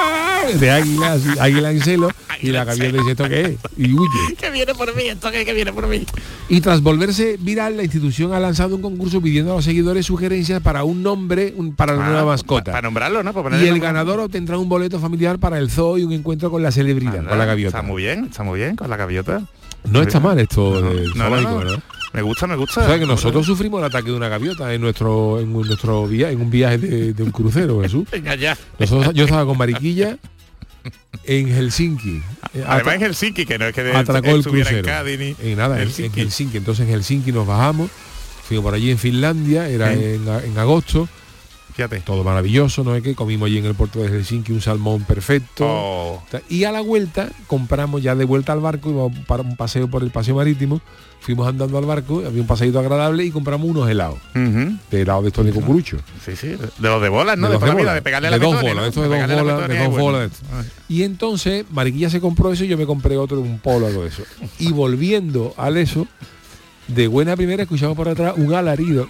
de águila, así, águila en celo, y la gaviota dice, ¿esto qué es? Y huye. Que viene por mí, esto que, que viene por mí. Y tras volverse viral, la institución ha lanzado un concurso pidiendo a los seguidores sugerencias para un nombre un, para la Ah, nueva mascota. Para nombrarlo, ¿no? Y el ganador obtendrá un boleto familiar para el zoo y un encuentro con la celebridad, Anda, con la gaviota. Está muy bien, está muy bien con la gaviota. No está mal esto No, del no, zoológico, no, no. ¿verdad? Me gusta, me gusta. O sea que nosotros sufrimos el ataque de una gaviota en nuestro en un- nuestro viaje, en un viaje de, de un crucero, Jesús. Venga ya. Nosotros, yo estaba con Mariquilla en Helsinki. Eh, Además atra- en Helsinki, que no es que de, atracó él el estuviera crucero. en Cádiz ni Y nada, en- Helsinki. en Helsinki. Entonces en Helsinki nos bajamos, fuimos por allí en Finlandia, era ¿Eh? en, a- en agosto, Fíjate. todo maravilloso, ¿no es que? Comimos allí en el puerto de Helsinki un salmón perfecto. Oh. Y a la vuelta compramos ya de vuelta al barco, íbamos para un paseo por el paseo marítimo, fuimos andando al barco, había un paseíto agradable y compramos unos helados, Ujú. de helados de estos de cucurucho. Sí, sí. De los de bolas, ¿no? De De, los toda la de vida, bolas. de pegarle De la dos Betoni, bolas, ¿no? esto de dos pegarle la bolas, Betoni de es dos bueno. bolas. Y entonces Mariquilla se compró eso y yo me compré otro, un polo, algo de eso. Y volviendo al eso, de buena primera escuchamos por atrás un alarido.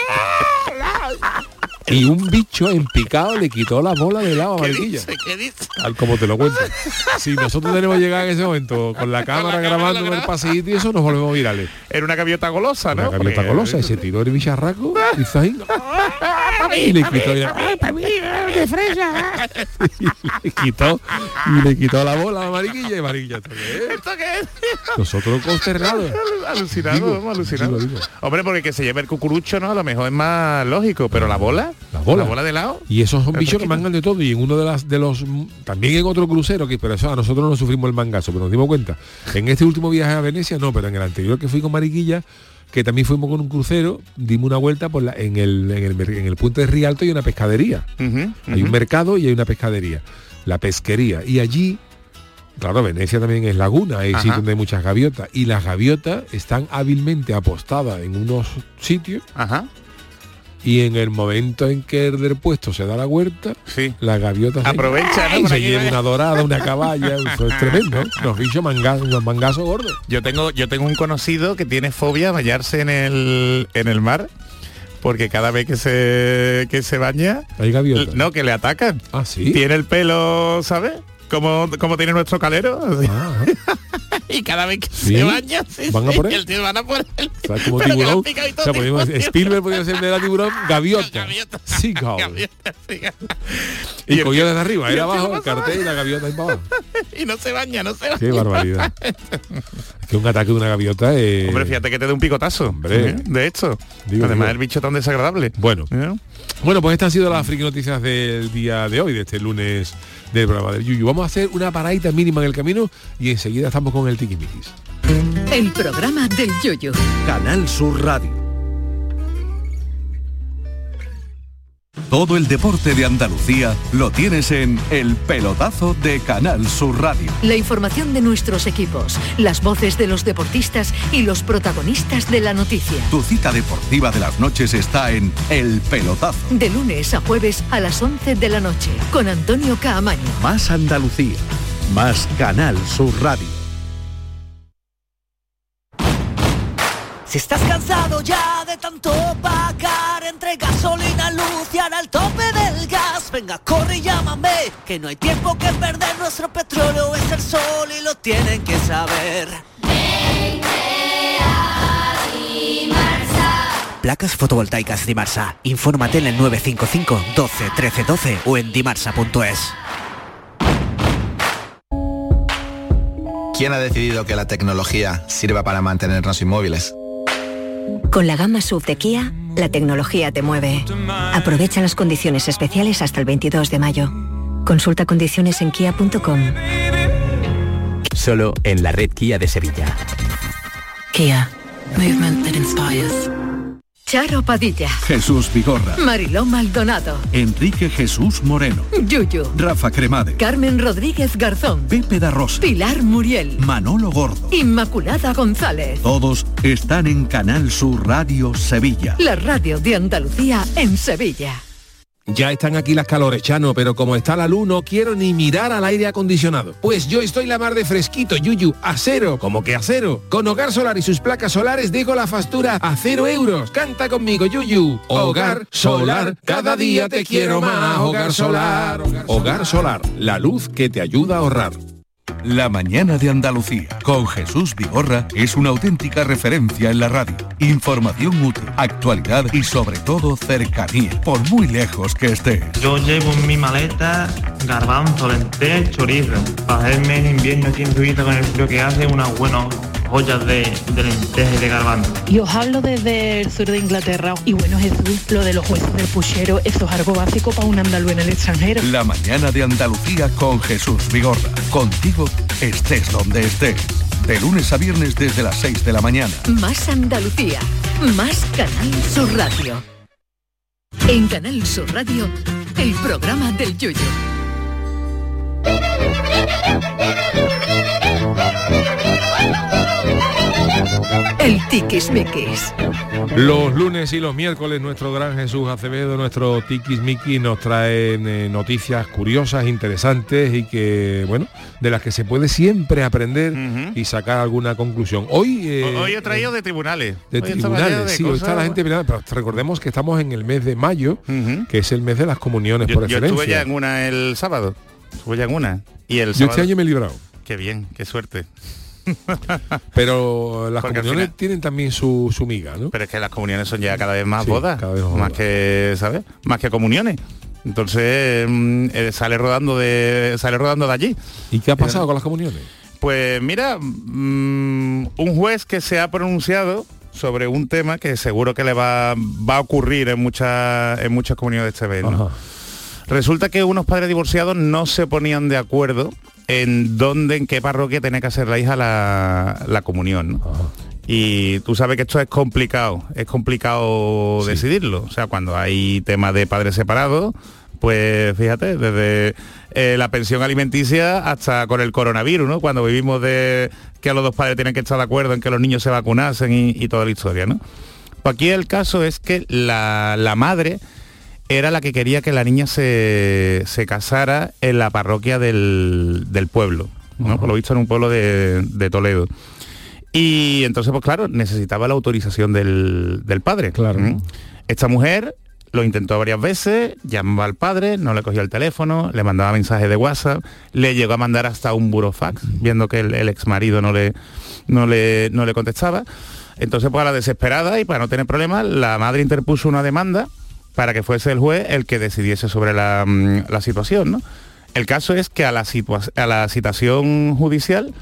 Y un bicho en picado le quitó la bola de helado a ¿Qué Mariquilla. dice? ¿Qué dice? Al como te lo cuento. Si nosotros tenemos llegado en ese momento con la cámara cámara grabando grabando. el paseíto y eso, nos volvemos virales. Era una gaviota golosa, ¿no? Una gaviota Porque- golosa, y se tiró el bicharraco y ahí, y le quitó ya- de fresa. y le quitó y le quitó la bola a Mariquilla y Mariquilla ¿esto qué es? ¿Esto qué es? Nosotros consternados. Alucinado, Digo, vamos, alucinado. digo, digo. Hombre, porque que se lleve el cucurucho, ¿no? A lo mejor es más lógico, pero la bola, La bola. la bola de helado. Y esos son Pero bichos que tranquilo. mangan de todo. Y en uno de las de los también en otro crucero, que pero eso a nosotros no sufrimos el mangazo, pero nos dimos cuenta. En este último viaje a Venecia, no, pero en el anterior que fui con Mariquilla, que también fuimos con un crucero, dimos una vuelta por la, en, el, en, el, mer- en el puente de Rialto hay una pescadería. Ujú, Hay ujú. un mercado y hay una pescadería. La pesquería. Y allí, claro, Venecia también es laguna, hay Ajá. sitios donde hay muchas gaviotas. Y las gaviotas están hábilmente apostadas en unos sitios. Ajá. Y en el momento en que el del puesto se da la vuelta, Sí. la gaviota se- Aprovecha, ¿no? ¡ay! Por se aquí, lleva vaya. una dorada, una caballa, eso es tremendo. Los bichos mangazos, unos mangazos gordos. Yo tengo, yo tengo un conocido que tiene fobia a bañarse en el, en el mar, porque cada vez que se, que se baña, Hay gaviotas. no, que le atacan. Ah, sí. Tiene el pelo, ¿sabes? Como, como tiene nuestro calero. así. Ah, ajá. Y cada vez que ¿Sí? se baña, sí, ¿Van a sí, por él? el tío van a por él. O sea, como Pero que le tiburón. han picado y O todo, sea, podríamos- tío. Spielberg podría ser de la tiburón, gaviota. Gaviota. Seagull. Gaviota, sí. Y el cogió tío- desde arriba, y era el tío abajo el pasa cartel y la gaviota ahí para abajo. Y no se baña, no se baña. Qué barbaridad. Es que un ataque de una gaviota es... Hombre, fíjate que te dé un picotazo. Hombre. ¿eh? De hecho. Digo, Además, digo. el bicho tan desagradable. Bueno, ¿Eh? bueno, pues estas han sido las friki noticias del día de hoy, de este lunes del programa del Yuyu. Vamos a hacer una paradita mínima en el camino y enseguida estamos con el tiquimiquis. El programa del Yoyo. Canal Sur Radio. Todo el deporte de Andalucía lo tienes en El Pelotazo de Canal Sur Radio. La información de nuestros equipos, las voces de los deportistas y los protagonistas de la noticia. Tu cita deportiva de las noches está en El Pelotazo. De lunes a jueves a las once de la noche, con Antonio Caamaño. Más Andalucía. Más Canal Sur Radio. Si estás cansado ya de tanto pagar entre gasolina, luz y ahora el tope del gas, venga, corre y llámame, que no hay tiempo que perder, nuestro petróleo es el sol y lo tienen que saber. Placas fotovoltaicas Dimarsa. Infórmate en el nueve cinco cinco doce trece doce o en dimarsa punto es. ¿Quién ha decidido que la tecnología sirva para mantenernos inmóviles? Con la gama S U V de Kia, la tecnología te mueve. Aprovecha las condiciones especiales hasta el veintidós de mayo. Consulta condiciones en kia punto com. Solo en la red Kia de Sevilla. Kia. Movement that inspires. Charo Padilla. Jesús Vigorra. Mariló Maldonado. Enrique Jesús Moreno. Yuyu. Rafa Cremade. Carmen Rodríguez Garzón. Pepe da Rosa. Pilar Muriel. Manolo Gordo. Inmaculada González. Todos están en Canal Sur Radio Sevilla. La radio de Andalucía en Sevilla. Ya están aquí las calores, Chano, pero como está la luz no quiero ni mirar al aire acondicionado. Pues yo estoy la mar de fresquito, Yuyu, a cero, como que a cero. Con Hogar Solar y sus placas solares dejo la factura a cero euros. Canta conmigo, Yuyu. Hogar Solar, cada día te quiero más. Hogar Solar. Hogar Solar, la luz que te ayuda a ahorrar. La mañana de Andalucía con Jesús Vigorra es una auténtica referencia en la radio. Información útil, actualidad y sobre todo cercanía, por muy lejos que estés. Yo llevo en mi maleta garbanzo, lentejas, chorizo. Para hacerme en invierno aquí en Suiza con el frío que hace, unas buenas ollas de, de lentejas y de garbanzo. Y os hablo desde el sur de Inglaterra. Y bueno, Jesús, lo de los huesos del puchero, eso es algo básico para un andaluz en el extranjero. La mañana de Andalucía con Jesús Vigorra. Contigo estés donde estés. De lunes a viernes desde las seis de la mañana. Más Andalucía, más Canal Sur Radio. En Canal Sur Radio, el programa del Yoyo. El tiquismiquis. Los lunes y los miércoles nuestro gran Jesús Acevedo, nuestro tiquismiquis, nos traen eh, noticias curiosas, interesantes y que, bueno, de las que se puede siempre aprender uh-huh. y sacar alguna conclusión. Hoy eh, hoy he traído de tribunales. De hoy tribunales, de sí, hoy está la gente, pero recordemos que estamos en el mes de mayo, uh-huh. que es el mes de las comuniones yo, por yo excelencia. Yo estuve ya en una el sábado. Estuve ya en una. Y el yo sábado, este año me he librado. Qué bien, qué suerte. Pero las Porque comuniones final, tienen también su, su miga, ¿no? Pero es que las comuniones son ya cada vez más sí, bodas, cada vez más, más bodas. que, ¿sabes? Más que comuniones. Entonces mmm, eh, sale rodando de sale rodando de allí. ¿Y qué ha pasado eh, con las comuniones? Pues mira, mmm, un juez que se ha pronunciado sobre un tema que seguro que le va, va a ocurrir en muchas en muchas comunidades de este mes, ¿no? Resulta que unos padres divorciados no se ponían de acuerdo en dónde, en qué parroquia tenía que hacer la hija la, la comunión, ¿no? Ajá. Y tú sabes que esto es complicado, es complicado sí. decidirlo. O sea, cuando hay temas de padres separados, pues fíjate, desde eh, la pensión alimenticia hasta con el coronavirus, ¿no? Cuando vivimos de que a los dos padres tienen que estar de acuerdo en que los niños se vacunasen y, y toda la historia, ¿no? Pues aquí el caso es que la, la madre era la que quería que la niña se, se casara en la parroquia del, del pueblo, ¿no? Uh-huh. Por lo visto en un pueblo de, de Toledo. Y entonces, pues claro, necesitaba la autorización del, del padre. Claro. ¿Mm? Esta mujer lo intentó varias veces, llamaba al padre, no le cogía el teléfono, le mandaba mensajes de WhatsApp, le llegó a mandar hasta un burofax, viendo que el, el ex marido no le, no, le, no le contestaba. Entonces, pues a la desesperada y para no tener problemas, la madre interpuso una demanda para que fuese el juez el que decidiese sobre la, la situación, ¿no? El caso es que a la, situa- a la citación judicial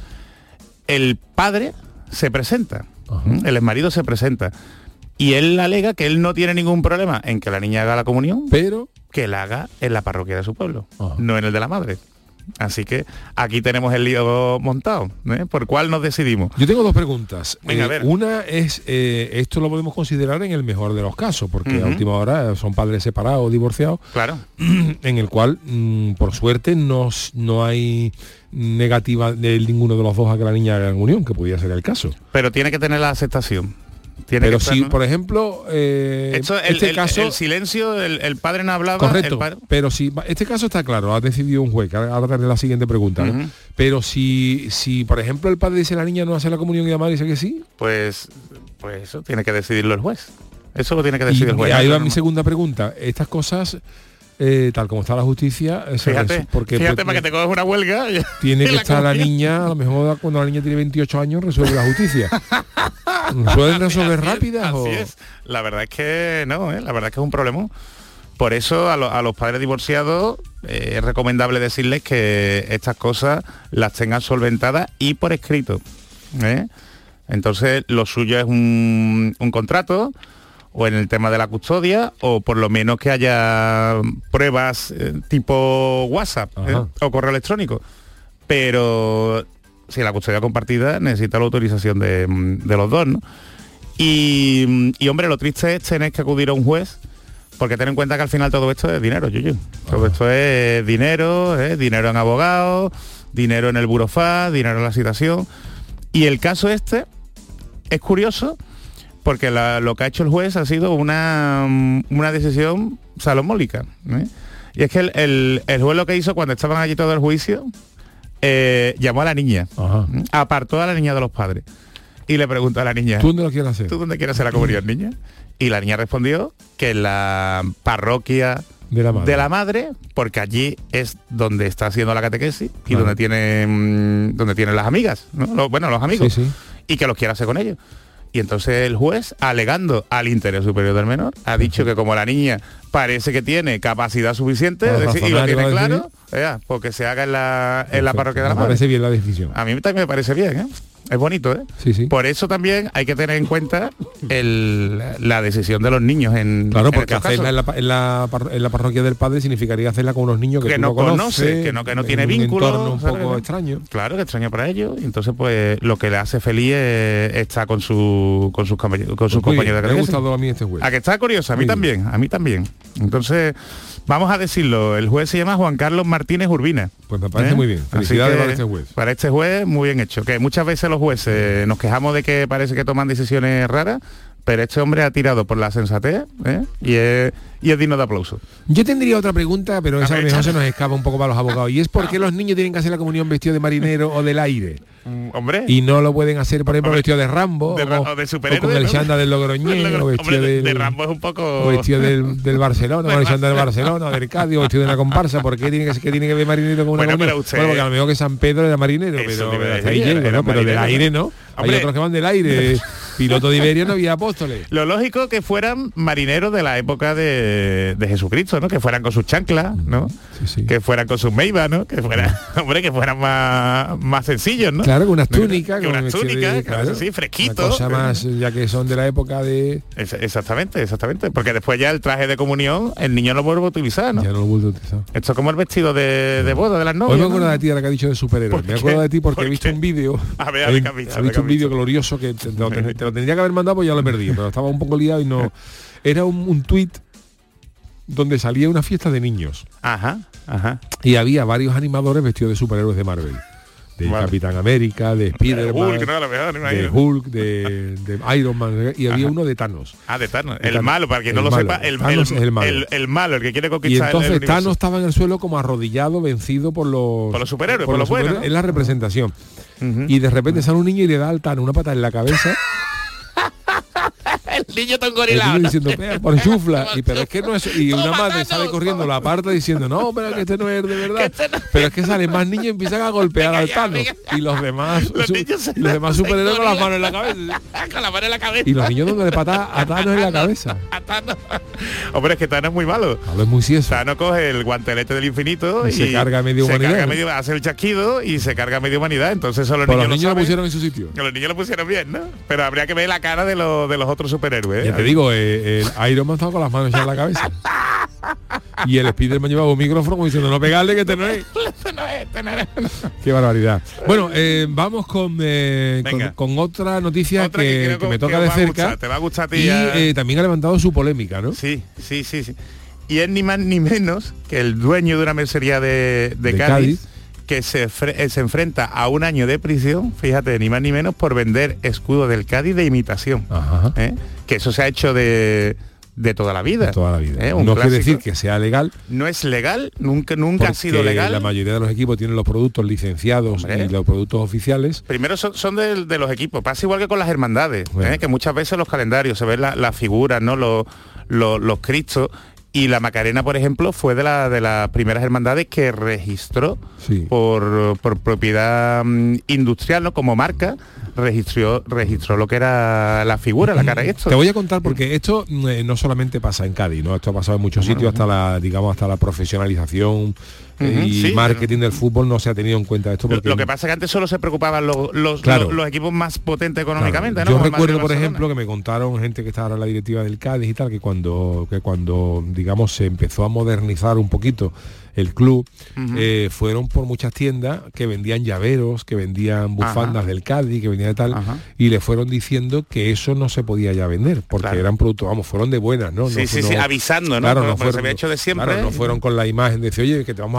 el padre se presenta, uh-huh. el exmarido se presenta, y él alega que él no tiene ningún problema en que la niña haga la comunión, pero que la haga en la parroquia de su pueblo, uh-huh. no en el de la madre. Así que aquí tenemos el lío montado, ¿eh? ¿Por cuál nos decidimos? Yo tengo dos preguntas. Venga, eh, a ver. Una es, eh, esto lo podemos considerar en el mejor de los casos, porque uh-huh. a última hora son padres separados, divorciados, claro, en el cual, mmm, por suerte, no, no hay negativa de ninguno de los dos a que la niña haga la comunión, que podría ser el caso. Pero tiene que tener la aceptación. Tiene Pero que estar, si, ¿no? por ejemplo, eh, Esto, el, este el, caso... el silencio, el, el padre no hablaba... Correcto, el padre... pero si este caso está claro, ha decidido un juez, que ahora haré la siguiente pregunta, ¿no? Uh-huh. Pero si, si, por ejemplo, el padre dice la niña no hace la comunión y la madre dice que sí... Pues, pues eso tiene que decidirlo el juez. Eso lo tiene que decidir y, el juez. Y ahí va mi segunda pregunta. Estas cosas... Eh, tal como está la justicia, eso fíjate, es porque fíjate pues, para que te coges una huelga. Tiene que la estar comunidad. La niña, a lo mejor cuando la niña tiene veintiocho años resuelve la justicia. ¿Suelen resolver así rápidas? Es, o? Así es. La verdad es que no, ¿eh? La verdad es que es un problema. Por eso a, lo, a los padres divorciados eh, es recomendable decirles que estas cosas las tengan solventadas y por escrito, ¿eh? Entonces lo suyo es un, un contrato, o en el tema de la custodia, o por lo menos que haya pruebas eh, tipo WhatsApp ¿eh? o correo electrónico. Pero si la custodia compartida necesita la autorización de, de los dos, ¿no? Y, y hombre, lo triste es tener que acudir a un juez, porque ten en cuenta que al final todo esto es dinero, Yuyu. Todo esto es dinero, ¿eh? dinero en abogados, dinero en el burofax, dinero en la citación. Y el caso este es curioso, porque la, lo que ha hecho el juez ha sido una, una decisión salomónica, ¿eh? Y es que el, el, el juez lo que hizo cuando estaban allí todo el juicio, eh, llamó a la niña, Ajá. apartó a la niña de los padres y le preguntó a la niña, ¿tú dónde lo quieres hacer? ¿Tú dónde quieres hacer la comunión, niña? Y la niña respondió que en la parroquia de la madre, de la madre porque allí es donde está haciendo la catequesis y donde tiene mmm, donde tienen las amigas, ¿no? Los, bueno, los amigos, sí, sí. Y que los quiere hacer con ellos. Y entonces el juez, alegando al interés superior del menor, ha dicho que como la niña parece que tiene capacidad suficiente, Para decir, y lo tiene razonar, claro, eh, porque se haga en la, en la parroquia de la me madre. parece bien la decisión. A mí también me parece bien, ¿eh? Es bonito, ¿eh? Sí, sí. Por eso también hay que tener en cuenta el, la decisión de los niños en Claro, en porque estos hacerla en la, casos. en, la, par- en la parroquia del padre significaría hacerla con unos niños que, que tú no no conoces, conoce, que no que no tiene en un vínculo, entorno un ¿sabes? poco extraño. Claro, que extraño para ellos. Y entonces, pues, lo que le hace feliz es estar con su con sus compañeros, con sus Pues muy compañeros bien, de me ha catequesis. gustado a mí este juez. A que está curioso, a mí Muy también, a mí también. Entonces, vamos a decirlo, el juez se llama Juan Carlos Martínez Urbina. Pues me parece ¿Eh? muy bien. Así Felicidades que, para este juez. Para este juez, muy bien hecho. Que muchas veces los jueces nos quejamos de que parece que toman decisiones raras, pero este hombre ha tirado por la sensatez, ¿eh? y, es, y es digno de aplauso. Yo tendría otra pregunta, pero esa a lo ver, mejor échale. se nos escapa un poco para los abogados. Y es por qué los niños tienen que hacer la comunión vestido de marinero o del aire. Mm, hombre. Y no lo pueden hacer, por ejemplo, Hombre. vestido de Rambo De, o, o de o superhéroe, con el ¿no? chándal del Logroñés, o vestido Hombre, de, del, de Rambo es un poco... o vestido del, del Barcelona, Del con el chándal del Barcelona. Barcelona, o del Cádiz, o vestido de una comparsa. ¿Por qué tiene que, qué tiene que ver marinero con una Bueno, comunión? pero usted- Bueno, porque a lo mejor que San Pedro era marinero, Eso pero, te iba a pero hasta decir, ahí llego, era ¿no? Pero del marinero. aire no. Hombre. Hay otros que van del aire. Piloto de Iberia no había apóstoles. Lo lógico que fueran marineros de la época de, de Jesucristo, ¿no? Que fueran con sus chanclas, ¿no? Sí, sí. Que fueran con sus meivas, ¿no? Que fueran, hombre, que fueran más, más sencillos, ¿no? Claro, con unas túnicas, Que con unas vestido de- túnicas, claro, claro, sí, fresquito. una cosa más, ya que son de la época de... Es- exactamente, exactamente. Porque después ya el traje de comunión, el niño lo vuelve a utilizar, ¿no? Ya no lo vuelvo a utilizar. Esto es como el vestido de, de boda de las novias. Hoy me ¿no? acuerdo de ti ahora que ha dicho de superhéroes. ¿Por Me qué? acuerdo de ti porque ¿Por he visto qué? un vídeo. A ver, a ver, He- ¿qué has visto? he A ver, visto ¿qué un has vídeo visto? glorioso que te, te lo, ten- te lo tendría que haber mandado, pues ya lo he perdido, pero estaba un poco liado y no. Era un, un tuit donde salía una fiesta de niños Ajá, ajá. y había varios animadores vestidos de superhéroes de Marvel. De Vale. Capitán América, de Spiderman, Hulk, no, a lo mejor, me de imagino. Hulk, de, de Iron Man, y había Ajá. uno de Thanos. Ah, de Thanos. De El Thanos. malo, para quien no El lo malo. sepa, el, Thanos el, es el malo. el- el malo, el que quiere Y conquistar el- el entonces universo. Thanos estaba en el suelo como arrodillado, vencido por los... Por los superhéroes, por los buenos, superhéroes, ¿no? Es la representación. Ujú. Y de repente sale un niño y le da al Thanos una patada en la cabeza. El niño tan El gorilado, niño ¿no? diciendo, "Pea, por chufla", y pero es que no es, y una madre sale corriendo, la aparta diciendo, no, pero que este no es de verdad, pero es que salen más niños y empiezan a golpear al Thanos, y los demás Los su- niños se y los demás hacen superhéroes con las gorilas. manos en la cabeza, Con la mano en la cabeza. y los niños dándole patada a Thanos en la cabeza. A Thanos. Hombre, es que Thanos es muy malo. Thanos es muy cieso. Thanos coge el guantelete del infinito Y y, se carga a media se humanidad. carga a medio- hace el chasquido y se carga a media humanidad. Entonces solo los Pues niños, los niños lo saben. pusieron en su sitio. Que los niños lo pusieron bien, ¿no? Pero habría que ver la cara de, los de los otros superhéroes. ¿eh? Ya te digo, eh, el Iron Man estaba con las manos ya en la cabeza. Y el Spiderman llevaba un micrófono como diciendo, no pegarle que este no es. Este no es, este no es. Qué barbaridad. Bueno, eh, vamos con, eh, con, Venga. con otra noticia Otra que, creo que me toca os de va a cerca. gustar, te va a gustar a ti. Y ya. eh, también ha levantado su polémica, ¿no? Sí, sí, sí, sí. Y es ni más ni menos que el dueño de una mercería de, de De Cádiz, Cádiz. que se, fre- eh, se enfrenta a un año de prisión, fíjate, ni más ni menos por vender escudos del Cádiz de imitación. Ajá. ¿eh? Que eso se ha hecho de, de toda la vida. De toda la vida. ¿eh? Un No quiere clásico. decir que sea legal. No es legal, nunca, nunca ha porque sido legal. La mayoría de los equipos tienen los productos licenciados Hombre. y los productos oficiales. Primero son, son de, de los equipos, pasa igual que con las hermandades, Bueno. ¿eh? Que muchas veces los calendarios se ven las la figuras, ¿no? Los, los, los cristos. Y la Macarena, por ejemplo, fue de, la, de las primeras hermandades que registró Sí. por, por propiedad mm, industrial, ¿no? Como marca, registró, registró lo que era la figura, la cara y esto. Te voy a contar porque esto eh, no solamente pasa en Cádiz, ¿no? Esto ha pasado en muchos Bueno, sitios, hasta la, digamos, hasta la profesionalización eh, Ujú, y sí, marketing del fútbol no se ha tenido en cuenta esto Lo, porque lo que pasa es que antes solo se preocupaban los, los, Claro. los, los equipos más potentes Claro. económicamente, ¿no? Yo Como el Madrid recuerdo, y por Barcelona. ejemplo, que me contaron gente que estaba ahora en la directiva del Cádiz y tal, que cuando, que cuando digamos, se empezó a modernizar un poquito el club, Ujú. eh, fueron por muchas tiendas que vendían llaveros, que vendían bufandas Ajá. del Cádiz, que vendían de tal, Ajá. y le fueron diciendo que eso no se podía ya vender, porque Claro. eran productos, vamos, fueron de buenas, ¿no? Sí, no sí, no- sí, avisando, ¿no? Claro, Porque no se fueron, había hecho de siempre. claro, no fueron con la imagen de decir, oye, que te vamos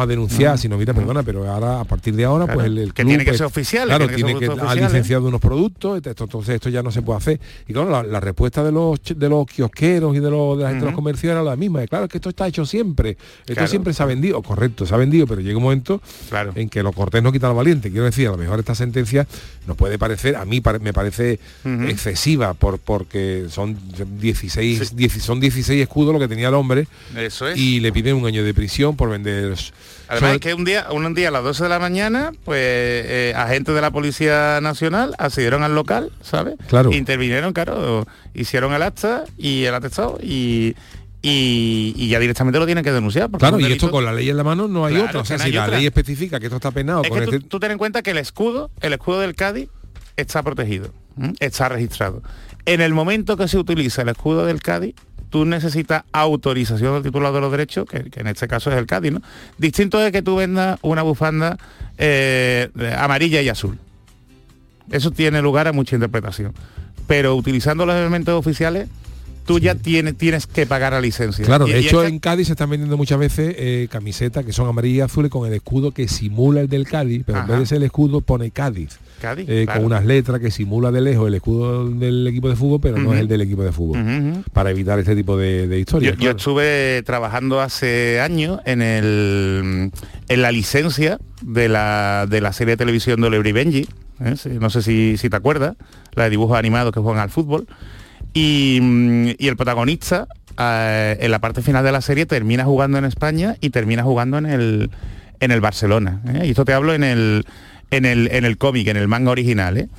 vamos a denunciar, sino mira, perdona, pero ahora a partir de ahora, claro, pues el, el que club, tiene que pues, ser oficial, claro, tiene tiene que, que, que ha licenciado unos productos, esto, entonces esto ya no se puede hacer. Y claro, la, la respuesta de los de los kiosqueros y de los de la gente uh-huh. de los comercios era la misma. Claro, es que esto está hecho siempre, esto claro. siempre se ha vendido, correcto, se ha vendido, pero llega un momento claro. en que lo cortés no quita lo valiente. Quiero decir, a lo mejor esta sentencia nos puede parecer, a mí pare, me parece uh-huh. excesiva por porque son dieciséis, sí. diez, son dieciséis escudos lo que tenía el hombre. Eso es. Y le piden un año de prisión por vender. Además sobre... es que un día, un día a las doce de la mañana, pues eh, agentes de la Policía Nacional accedieron al local, ¿sabes? Claro. Intervinieron, claro, hicieron el acta y el atestado y, y, y ya directamente lo tienen que denunciar. Claro, y delito... esto con la ley en la mano no hay claro, otra. O sea, no si la otra. ley especifica que esto está penado... Es con que este... tú, tú ten en cuenta que el escudo, el escudo del Cádiz está protegido, ¿m? Está registrado. En el momento que se utiliza el escudo del Cádiz, tú necesitas autorización del titular de los derechos, que, que en este caso es el Cádiz, ¿no? Distinto es que tú vendas una bufanda eh, amarilla y azul. Eso tiene lugar a mucha interpretación. Pero utilizando los elementos oficiales, tú sí. ya tienes, tienes que pagar la licencia. Claro, de y, hecho y es que... en Cádiz se están vendiendo muchas veces eh, camisetas que son amarillas y azules con el escudo que simula el del Cádiz, pero Ajá. en vez de ser el escudo pone Cádiz. Cádiz eh, claro. con unas letras que simula de lejos el escudo del equipo de fútbol, pero uh-huh. no es el del equipo de fútbol, uh-huh. para evitar este tipo de, de historias. Yo, claro. yo estuve trabajando hace años en el en la licencia de la de la serie de televisión de Oliver y Benji, ¿eh? Sí, no sé si, si te acuerdas, la de dibujos animados que juegan al fútbol, y, y el protagonista eh, en la parte final de la serie termina jugando en España y termina jugando en el en el Barcelona, ¿eh? Y esto te hablo en el en el en el cómic, en el manga original, ¿eh?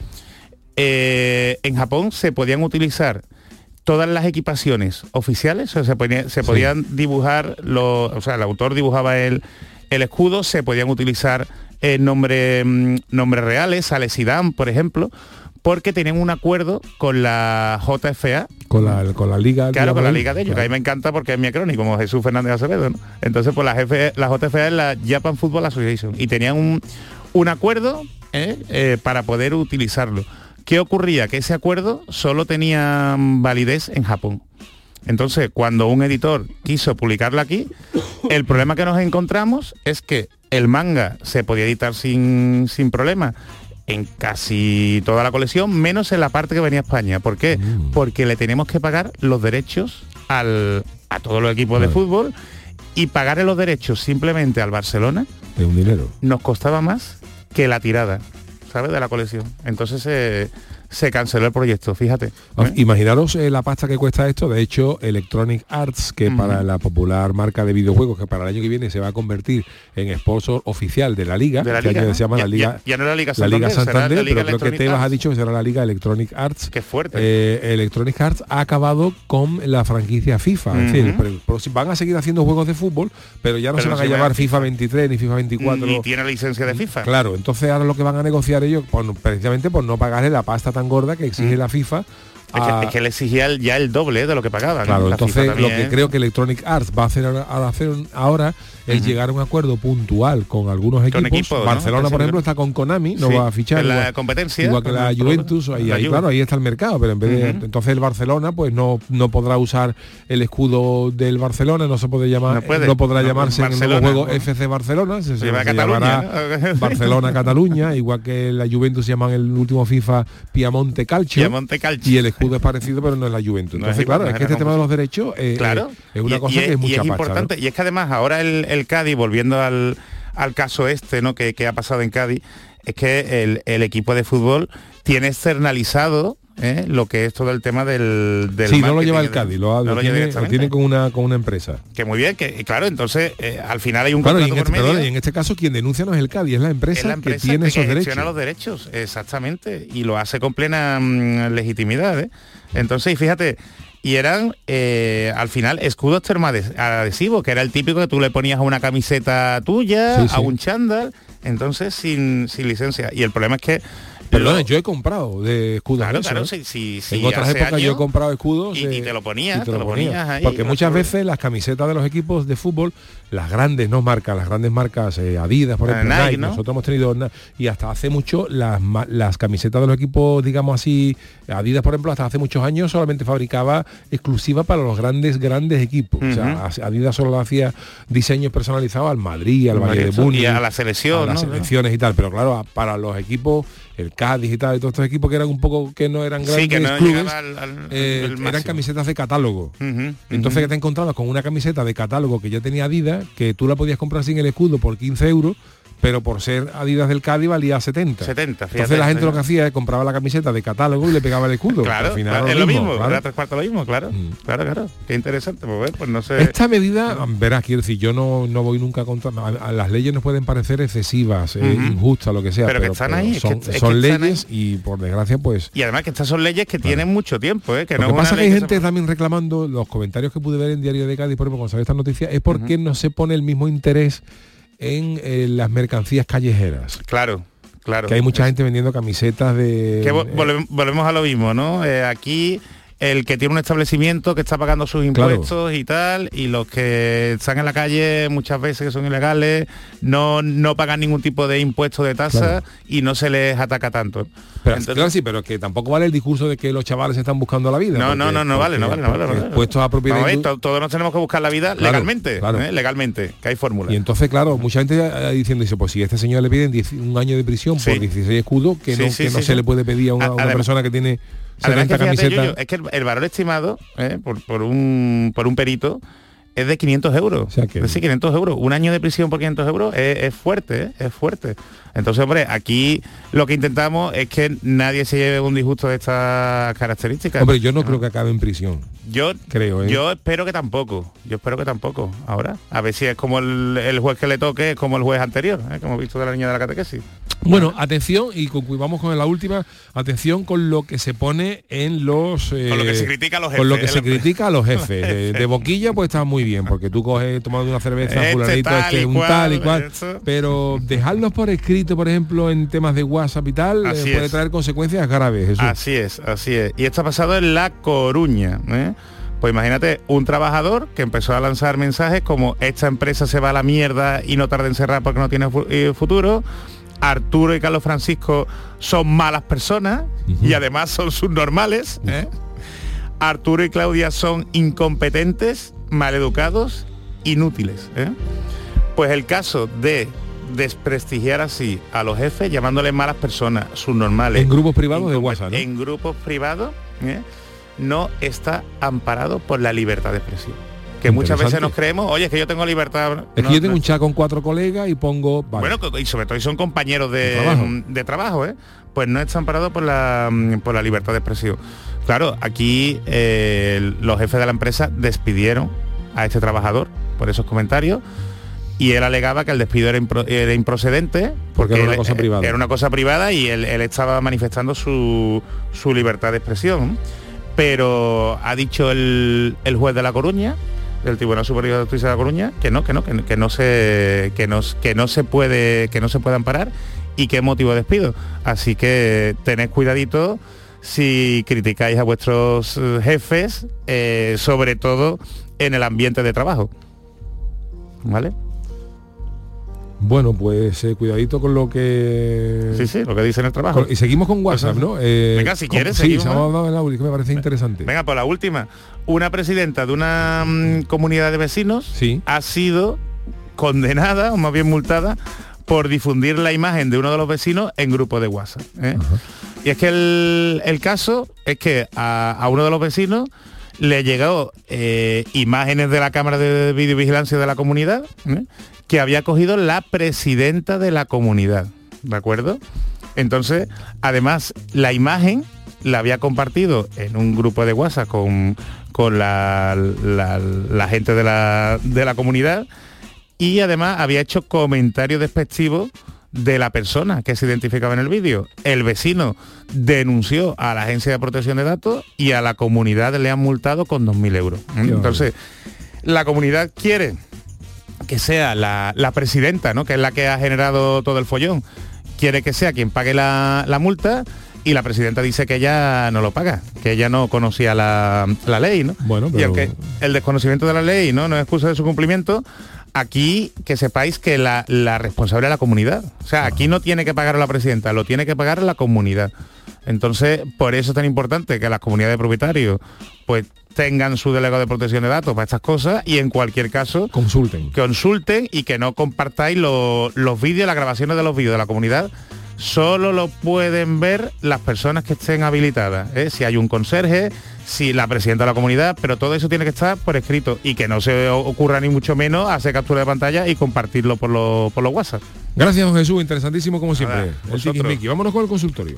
Eh, en Japón se podían utilizar todas las equipaciones oficiales, o sea, se, ponía, se podían sí. dibujar, los, o sea, el autor dibujaba el, el escudo, se podían utilizar eh, nombres nombre reales, sale Zidane, por ejemplo, porque tenían un acuerdo con la J F A. Con la, con la liga. Claro, con la liga de ellos, claro. Que a mí me encanta porque es mi acrónimo, como Jesús Fernández Acevedo, ¿no? Entonces, pues la, Jefe, la J F A es la Japan Football Association, y tenían un, un acuerdo ¿eh? Eh, para poder utilizarlo. ¿Qué ocurría? Que ese acuerdo solo tenía validez en Japón. Entonces, cuando un editor quiso publicarlo aquí, el problema que nos encontramos es que el manga se podía editar sin, sin problema en casi toda la colección, menos en la parte que venía a España. ¿Por qué? Mm. Porque le tenemos que pagar los derechos al, a todos los equipos claro. de fútbol, y pagarle los derechos simplemente al Barcelona es un dinero. Nos costaba más que la tirada, ¿sabes?, de la colección. Entonces eh, se canceló el proyecto, fíjate. ¿eh? Imaginaros eh, la pasta que cuesta esto. De hecho, Electronic Arts, que mm. para la popular marca de videojuegos, que para el año que viene se va a convertir en sponsor oficial de la Liga, de la que Liga, ¿no? se llama ya, la Liga, ya, ya no la Liga Santander, la Liga Santander, la Liga pero creo que Tebas ha dicho que será la Liga Electronic Arts. Qué fuerte. Eh, Electronic Arts ha acabado con la franquicia FIFA. Mm-hmm. Es decir, pero, pero van a seguir haciendo juegos de fútbol, pero ya no pero se van no a llamar FIFA veintitrés ni FIFA veinticuatro. Ni tiene licencia de FIFA. Claro, entonces ahora lo que van a negociar ellos, por, precisamente por no pagarle la pasta tan gorda que exige mm. la FIFA. Es que, es que le exigía el, ya el doble de lo que pagaban. Claro, la entonces lo que creo que Electronic Arts va a hacer ahora, a hacer ahora es uh-huh. llegar a un acuerdo puntual con algunos equipos. Equipo, Barcelona, ¿no? por ejemplo, está con Konami, no sí, va a fichar. En la igual, competencia. Igual que la Juventus, ahí, ahí, claro, ahí está el mercado, pero en vez de, uh-huh. entonces el Barcelona pues no, no podrá usar el escudo del Barcelona, no se puede llamar, no, puede, no podrá no, llamarse en el nuevo juego ¿no? F C Barcelona, se, se, se llamará ¿no? Barcelona Cataluña, igual que la Juventus se llaman el último FIFA Piemonte Calcio. Piemonte Calcio. Y el escudo es parecido, pero no es la Juventus. Entonces, no es claro, es que este tema de los derechos eh, claro. eh, es una y, cosa y es, que es mucha y es pasta, importante, ¿no? Y es que además ahora el, el Cádiz, volviendo al, al caso este, ¿no? Que, que ha pasado en Cádiz, es que el, el equipo de fútbol tiene externalizado ¿eh? lo que es todo el tema del, del sí, no lo lleva el Cádiz, lo, no lo, lo, tiene, lo tiene con una con una empresa. Que muy bien, que claro, entonces eh, al final hay un claro, contrato y en, por este, medio. perdón, y en este caso quien denuncia no es el Cádiz, es la empresa, es la empresa que tiene que esos derechos. los derechos, exactamente, y lo hace con plena mmm, legitimidad. ¿eh? Entonces, y fíjate, y eran eh, al final escudos termoadhesivos, que era el típico que tú le ponías a una camiseta tuya, sí, sí. a un chándal, entonces sin, sin licencia. Y el problema es que Perdona, yo he comprado de escudos. Claro, eso, claro, ¿eh? sí, sí, sí, en otras hace épocas años, yo he comprado escudos y, de, y te lo ponías, y te te lo lo ponías. ponías ahí. Porque muchas por... veces las camisetas de los equipos de fútbol, las grandes no marcas, las grandes marcas eh, Adidas, por ejemplo, Nike, Nike, ¿no? nosotros hemos tenido una, y hasta hace mucho las, las camisetas de los equipos, digamos así, Adidas, por ejemplo, hasta hace muchos años solamente fabricaba exclusiva para los grandes, grandes equipos. Uh-huh. O sea, Adidas solo hacía diseños personalizados al Madrid, al Bayern de Múnich, y a la selección, a las ¿no? selecciones y tal, pero claro, para los equipos, el Cádiz y tal, y todos estos equipos que eran un poco, que no eran grandes sí, que no clubes, al, al, eh, eran camisetas de catálogo. Uh-huh, uh-huh. Entonces que te encontrabas con una camiseta de catálogo que ya tenía Adidas, que tú la podías comprar sin el escudo por quince euros, pero por ser Adidas del Cádiz valía setenta. setenta, fíjate. Entonces la gente lo que hacía es compraba la camiseta de catálogo y le pegaba el escudo. Claro, al final claro, lo es lo mismo, mismo, claro. era tres cuartos lo mismo, claro. Mm. Claro, claro. Qué interesante, pues, pues no sé. Esta medida, verás, quiero decir, yo no, no voy nunca contra. A, a las leyes nos pueden parecer excesivas, uh-huh. eh, injustas, lo que sea. Pero, pero que están pero ahí. Son, es que, es son que leyes y por desgracia, pues. Y además que estas son leyes que tienen claro. mucho tiempo, ¿eh? Que lo no que pasa es que hay gente se... también reclamando, los comentarios que pude ver en Diario de Cádiz, por ejemplo, cuando salió esta noticia, es porque uh-huh. no se pone el mismo interés en eh, las mercancías callejeras. Claro. Claro. Que hay mucha gente vendiendo camisetas de... Que volvemos, volvemos a lo mismo, ¿no? Eh, aquí el que tiene un establecimiento que está pagando sus impuestos claro. y tal, y los que están en la calle muchas veces que son ilegales, no, no pagan ningún tipo de impuesto de tasa claro. y no se les ataca tanto. Pero, Entonces, claro, sí, pero que tampoco vale el discurso de que los chavales están buscando la vida. No, porque, no, no, no vale, no vale, no vale. No vale. Puestos a propiedad. No, esto, todos nos tenemos que buscar la vida claro, legalmente, claro. ¿eh? legalmente, que hay fórmulas. Y entonces, claro, mucha gente diciendo, dice, pues si a este señor le piden diez, un año de prisión sí. por dieciséis escudos, que sí, no, sí, que sí, no sí, se sí. le puede pedir a una, a, una persona que tiene setenta camisetas. Yo, es que el, el valor estimado ¿eh? por, por, un, por un perito es de quinientos euros. O sea que... Es decir, quinientos euros. Un año de prisión por quinientos euros es, es fuerte, ¿eh? es fuerte. Entonces, hombre, aquí lo que intentamos es que nadie se lleve un disgusto de estas características. Hombre, yo no ah. creo que acabe en prisión. Yo creo, ¿eh? Yo espero que tampoco. Yo espero que tampoco. Ahora, a ver si es como el, el juez que le toque, es como el juez anterior, ¿eh? que hemos visto de la niña de la catequesis. Bueno, atención, y con, vamos con la última, atención con lo que se pone en los... Eh, con lo que se critica a los jefes. Con lo que se critica a los jefes. de, de boquilla, pues está muy bien, porque tú coges tomando una cerveza, este fulanito, este es un cual, tal y cual, eso. Pero dejarlos por escrito, por ejemplo, en temas de WhatsApp y tal, eh, puede traer consecuencias graves. Jesús. Así es, así es. Y esto ha pasado en La Coruña, ¿eh? Pues imagínate, un trabajador que empezó a lanzar mensajes como esta empresa se va a la mierda y no tarda en cerrar porque no tiene futuro. Arturo y Carlos Francisco son malas personas uh-huh. y además son subnormales. ¿eh? Uh-huh. Arturo y Claudia son incompetentes, maleducados, inútiles. ¿eh? Pues el caso de desprestigiar así a los jefes, llamándoles malas personas, subnormales. En grupos privados de WhatsApp, ¿no? En grupos privados, ¿eh? no está amparado por la libertad de expresión. Que muchas veces nos creemos, oye, es que yo tengo libertad. Es no, que yo tengo no. un chat con cuatro colegas y pongo... Vale. Bueno, y sobre todo son compañeros de, de trabajo, de trabajo ¿eh? Pues no está amparado por la, por la libertad de expresión. Claro, aquí eh, los jefes de la empresa despidieron a este trabajador por esos comentarios y él alegaba que el despido era, impro, era improcedente porque, porque era una él, cosa privada. Era una cosa privada y él, él estaba manifestando su, su libertad de expresión. Pero ha dicho el, el juez de La Coruña, del Tribunal Superior de Justicia de La Coruña, que no, que no, que, que no se que no, que no se puede que no se puede amparar y que es motivo de despido. Así que tened cuidadito si criticáis a vuestros jefes, eh, sobre todo en el ambiente de trabajo. ¿Vale? Bueno, pues eh, cuidadito con lo que... Sí, sí, lo que dice en el trabajo. Y seguimos con WhatsApp, ¿no? Eh, Venga, si quieres, con, seguimos. Sí, se ha hablado del audio, que me parece interesante. Venga, pues la última. Una presidenta de una mmm, comunidad de vecinos sí. ha sido condenada, o más bien multada, por difundir la imagen de uno de los vecinos en grupos de WhatsApp. ¿eh? Y es que el, el caso es que a, a uno de los vecinos le llegó eh, imágenes de la cámara de videovigilancia de la comunidad, ¿eh? que había cogido la presidenta de la comunidad, ¿de acuerdo? Entonces, además, la imagen la había compartido en un grupo de WhatsApp con, con la, la, la gente de la, de la comunidad y además había hecho comentarios despectivos de la persona que se identificaba en el vídeo. El vecino denunció a la Agencia de Protección de Datos y a la comunidad le han multado con dos mil euros. Entonces, la comunidad quiere que sea la, la presidenta, ¿no? que es la que ha generado todo el follón, quiere que sea quien pague la, la multa, y la presidenta dice que ella no lo paga, que ella no conocía la, la ley, ¿no? Bueno, pero... Y aunque el desconocimiento de la ley no, no es excusa de su cumplimiento, aquí que sepáis que la, la responsable es la comunidad. O sea, aquí no tiene que pagar la presidenta, lo tiene que pagar la comunidad. Entonces, por eso es tan importante que las comunidades de propietarios pues tengan su delegado de protección de datos para estas cosas, y en cualquier caso consulten consulten y que no compartáis los, los vídeos, las grabaciones de los vídeos de la comunidad. Solo lo pueden ver las personas que estén habilitadas, ¿eh? Si hay un conserje, si la presidenta de la comunidad, pero todo eso tiene que estar por escrito, y que no se ocurra ni mucho menos hacer captura de pantalla y compartirlo por los, por los WhatsApp. Gracias, don Jesús, interesantísimo como siempre. Nada, el tiquismiqui. Vámonos con el consultorio.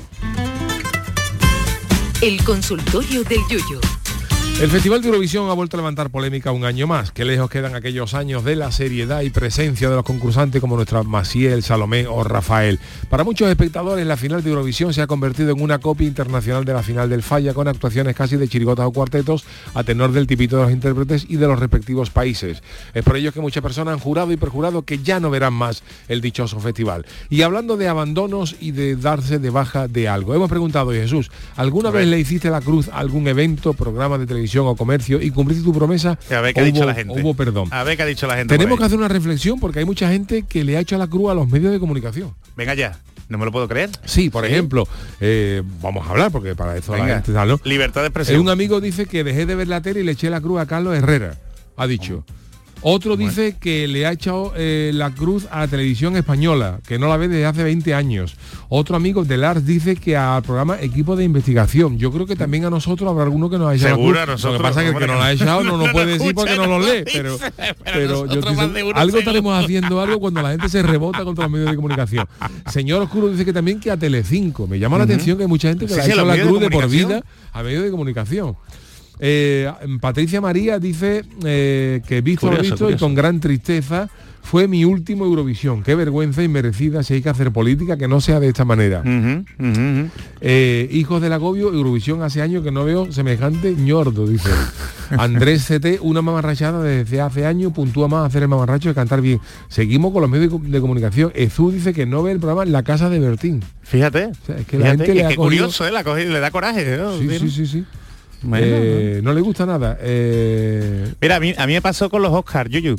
El consultorio del Yuyu. El Festival de Eurovisión ha vuelto a levantar polémica un año más. Qué lejos quedan aquellos años de la seriedad y presencia de los concursantes como nuestra Maciel, Salomé o Rafael. Para muchos espectadores, la final de Eurovisión se ha convertido en una copia internacional de la final del Falla, con actuaciones casi de chirigotas o cuartetos a tenor del tipito de los intérpretes y de los respectivos países. Es por ello que muchas personas han jurado y perjurado que ya no verán más el dichoso festival. Y hablando de abandonos y de darse de baja de algo, hemos preguntado, Jesús, ¿alguna vez le hiciste la cruz a algún evento, programa de televisión o comercio y cumpliste tu promesa? A ver qué ha hubo, dicho la gente. Hubo perdón. A ver qué ha dicho la gente. Tenemos que hacer una reflexión, porque hay mucha gente que le ha hecho la cruz a los medios de comunicación. Venga ya, no me lo puedo creer. Sí, por ¿Sí? ejemplo, eh, vamos a hablar, porque para eso Venga, la gente tal, ¿no? Libertad de expresión. Eh, un amigo dice que dejé de ver la tele y le eché la cruz a Carlos Herrera, ha dicho. Otro Bueno. dice que le ha echado eh, la cruz a la televisión española, que no la ve desde hace veinte años. Otro amigo de Lars dice que al programa Equipo de Investigación. Yo creo que también a nosotros habrá alguno que nos ha echado Seguro la a cruz. nosotros. Lo que pasa es que el que nos la ha echado no nos puede decir porque no lo lee. Pero, pero yo estoy seguro- algo estaremos haciendo algo cuando la gente se rebota contra los medios de comunicación. Señor Oscuro dice que también que a Telecinco. Me llama la Ujú. atención que hay mucha gente que Sí, le ha sí, hecho los la medios de cruz de por comunicación. vida a medios de comunicación. Eh, Patricia María dice eh, que visto lo Curioso, visto curioso. y con gran tristeza, fue mi último Eurovisión. Qué vergüenza inmerecida si hay que hacer política que no sea de esta manera. Uh-huh, uh-huh. Eh, hijos del agobio, Eurovisión hace años que no veo semejante ñordo, dice. Andrés C T, una mamarrachada desde hace años, puntúa más hacer el mamarracho que cantar bien. Seguimos con los medios de, de comunicación. Ezú dice que no ve el programa La Casa de Bertín. Fíjate. O sea, es que la Fíjate, gente y le es ha que cogido- curioso, ¿eh? La coge- le da coraje, ¿no? Sí, sí, sí, sí. Bueno, Eh, no le gusta nada. Eh, Mira, a mí, a mí me pasó con los Oscars, Yuyu.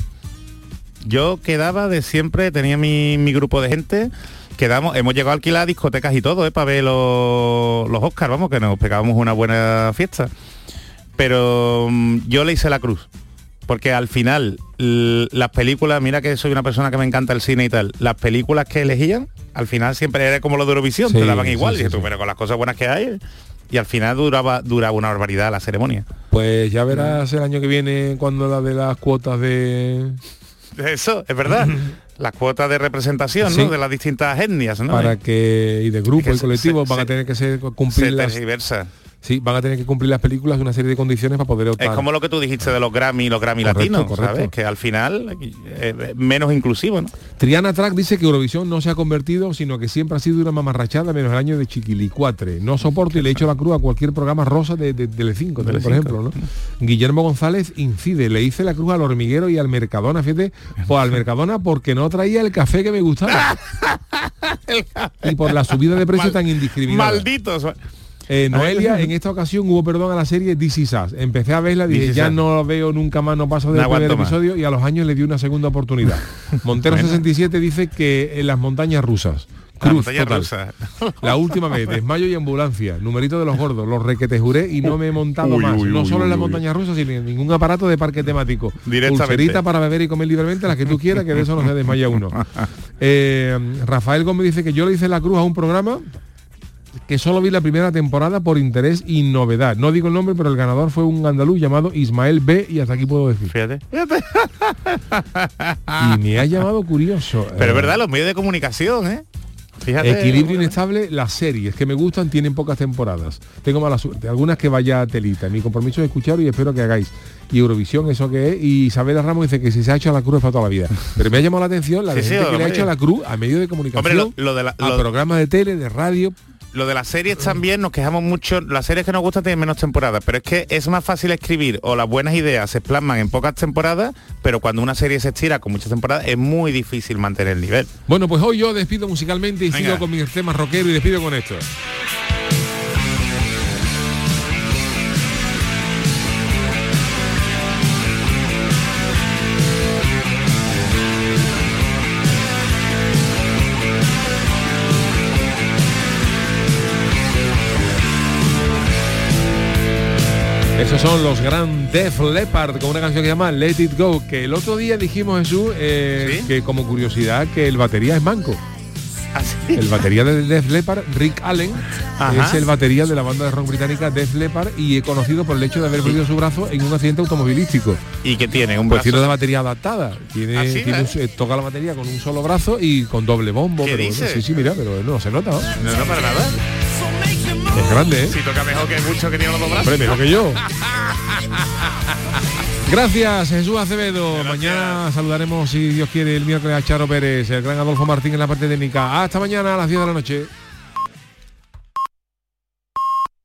Yo quedaba de siempre, tenía mi, mi grupo de gente, quedamos, hemos llegado a alquilar discotecas y todo, ¿eh? Para ver los, los Oscars, vamos, que nos pegábamos una buena fiesta. Pero mm, yo le hice la cruz. Porque al final, l- las películas, mira que soy una persona que me encanta el cine y tal, las películas que elegían, al final siempre era como lo de Eurovisión, Sí, te daban sí, igual, sí, y tú, sí. pero con las cosas buenas que hay, y al final duraba, duraba una barbaridad la ceremonia. pues ya verás el año que viene cuando la de las cuotas de... Eso, es verdad. Las cuotas de representación, Sí. ¿no? De las distintas etnias, ¿no? para que y de grupos que y se- colectivos se- van a se- tener que ser Se cumplir las tergiversa. sí van a tener que cumplir las películas de una serie de condiciones para poder optar. Es como lo que tú dijiste de los Grammy y los Grammy Correcto, latinos, correcto. ¿sabes? Que al final eh, menos inclusivo, ¿no? Triana Track dice que Eurovisión no se ha convertido, sino que siempre ha sido una mamarrachada, menos el año de Chiquilicuatre. No soporto y le echo la cruz a cualquier programa rosa de, de, de Telecinco, por Telecinco. ejemplo, ¿no? Guillermo González incide, le hice la cruz al Hormiguero y al Mercadona, fíjate, pues al Mercadona porque no traía el café que me gustaba. Y por la subida de precio Mal- tan indiscriminada. Malditos. Eh, Noelia, en esta ocasión hubo perdón a la serie This Is Us. Empecé a verla, dije, This Is ya Us. no la veo nunca más, no paso No del primer aguanto más. episodio, y a los años le di una segunda oportunidad. Montero Bueno. sesenta y siete dice que en las montañas rusas. La Cruz montaña total. rusa. La última vez, desmayo y ambulancia, numerito de los gordos, los requete juré y no me he montado Uy, más. uy, no uy, solo en uy, las uy. montañas rusas, sino en ningún aparato de parque temático. Directamente. Pulserita para beber y comer libremente, las que tú quieras, que de eso no se desmaya uno. Eh, Rafael Gómez dice que yo le hice la cruz a un programa que solo vi la primera temporada por interés y novedad. No digo el nombre, pero el ganador fue un andaluz llamado Ismael B, y hasta aquí puedo decir. Fíjate. Y me ha llamado curioso. Pero eh, es verdad, los medios de comunicación, ¿eh? Fíjate. Equilibrio inestable, las series que me gustan tienen pocas temporadas. Tengo mala suerte. Algunas que vaya a telita. Mi compromiso es escucharos y espero que hagáis. Y Eurovisión, eso que es. Y Isabela Ramos dice que si se ha hecho la cruz es para toda la vida. Pero me ha llamado la atención la Sí, de sí, gente que le ha hombre. hecho la cruz a medios de comunicación, Hombre, lo, lo de la, a lo- programas de tele, de radio. lo de las series también nos quejamos mucho. Las series que nos gustan tienen menos temporadas, pero es que es más fácil escribir o las buenas ideas se plasman en pocas temporadas, pero cuando una serie se estira con muchas temporadas es muy difícil mantener el nivel. Bueno, pues hoy yo despido musicalmente y Venga. sigo con mis temas rockeros y despido con esto. Esos son los gran Def Leppard con una canción que se llama Let It Go, que el otro día dijimos, Jesús, eh, ¿sí? que como curiosidad que el batería es manco. ¿Ah, sí? El batería de Def Leppard, Rick Allen, Ajá. es el batería de la banda de rock británica Def Leppard y es conocido por el hecho de haber perdido su brazo en un accidente automovilístico. ¿Y que tiene? ¿Un pues brazo? tiene una batería adaptada. Tiene, ¿Ah, sí, tiene un, eh, toca la batería con un solo brazo y con doble bombo. ¿Qué pero, dices? Sí, sí, mira, pero no se nota, ¿no? No, no, para nada. Es grande, ¿eh? Si toca mejor que mucho que tiene los dos brazos. Hombre, mejor que yo. Gracias, Jesús Acevedo. Gracias. Mañana saludaremos, si Dios quiere, el miércoles a Charo Pérez, el gran Adolfo Martín en la parte técnica. Hasta mañana a las diez de la noche.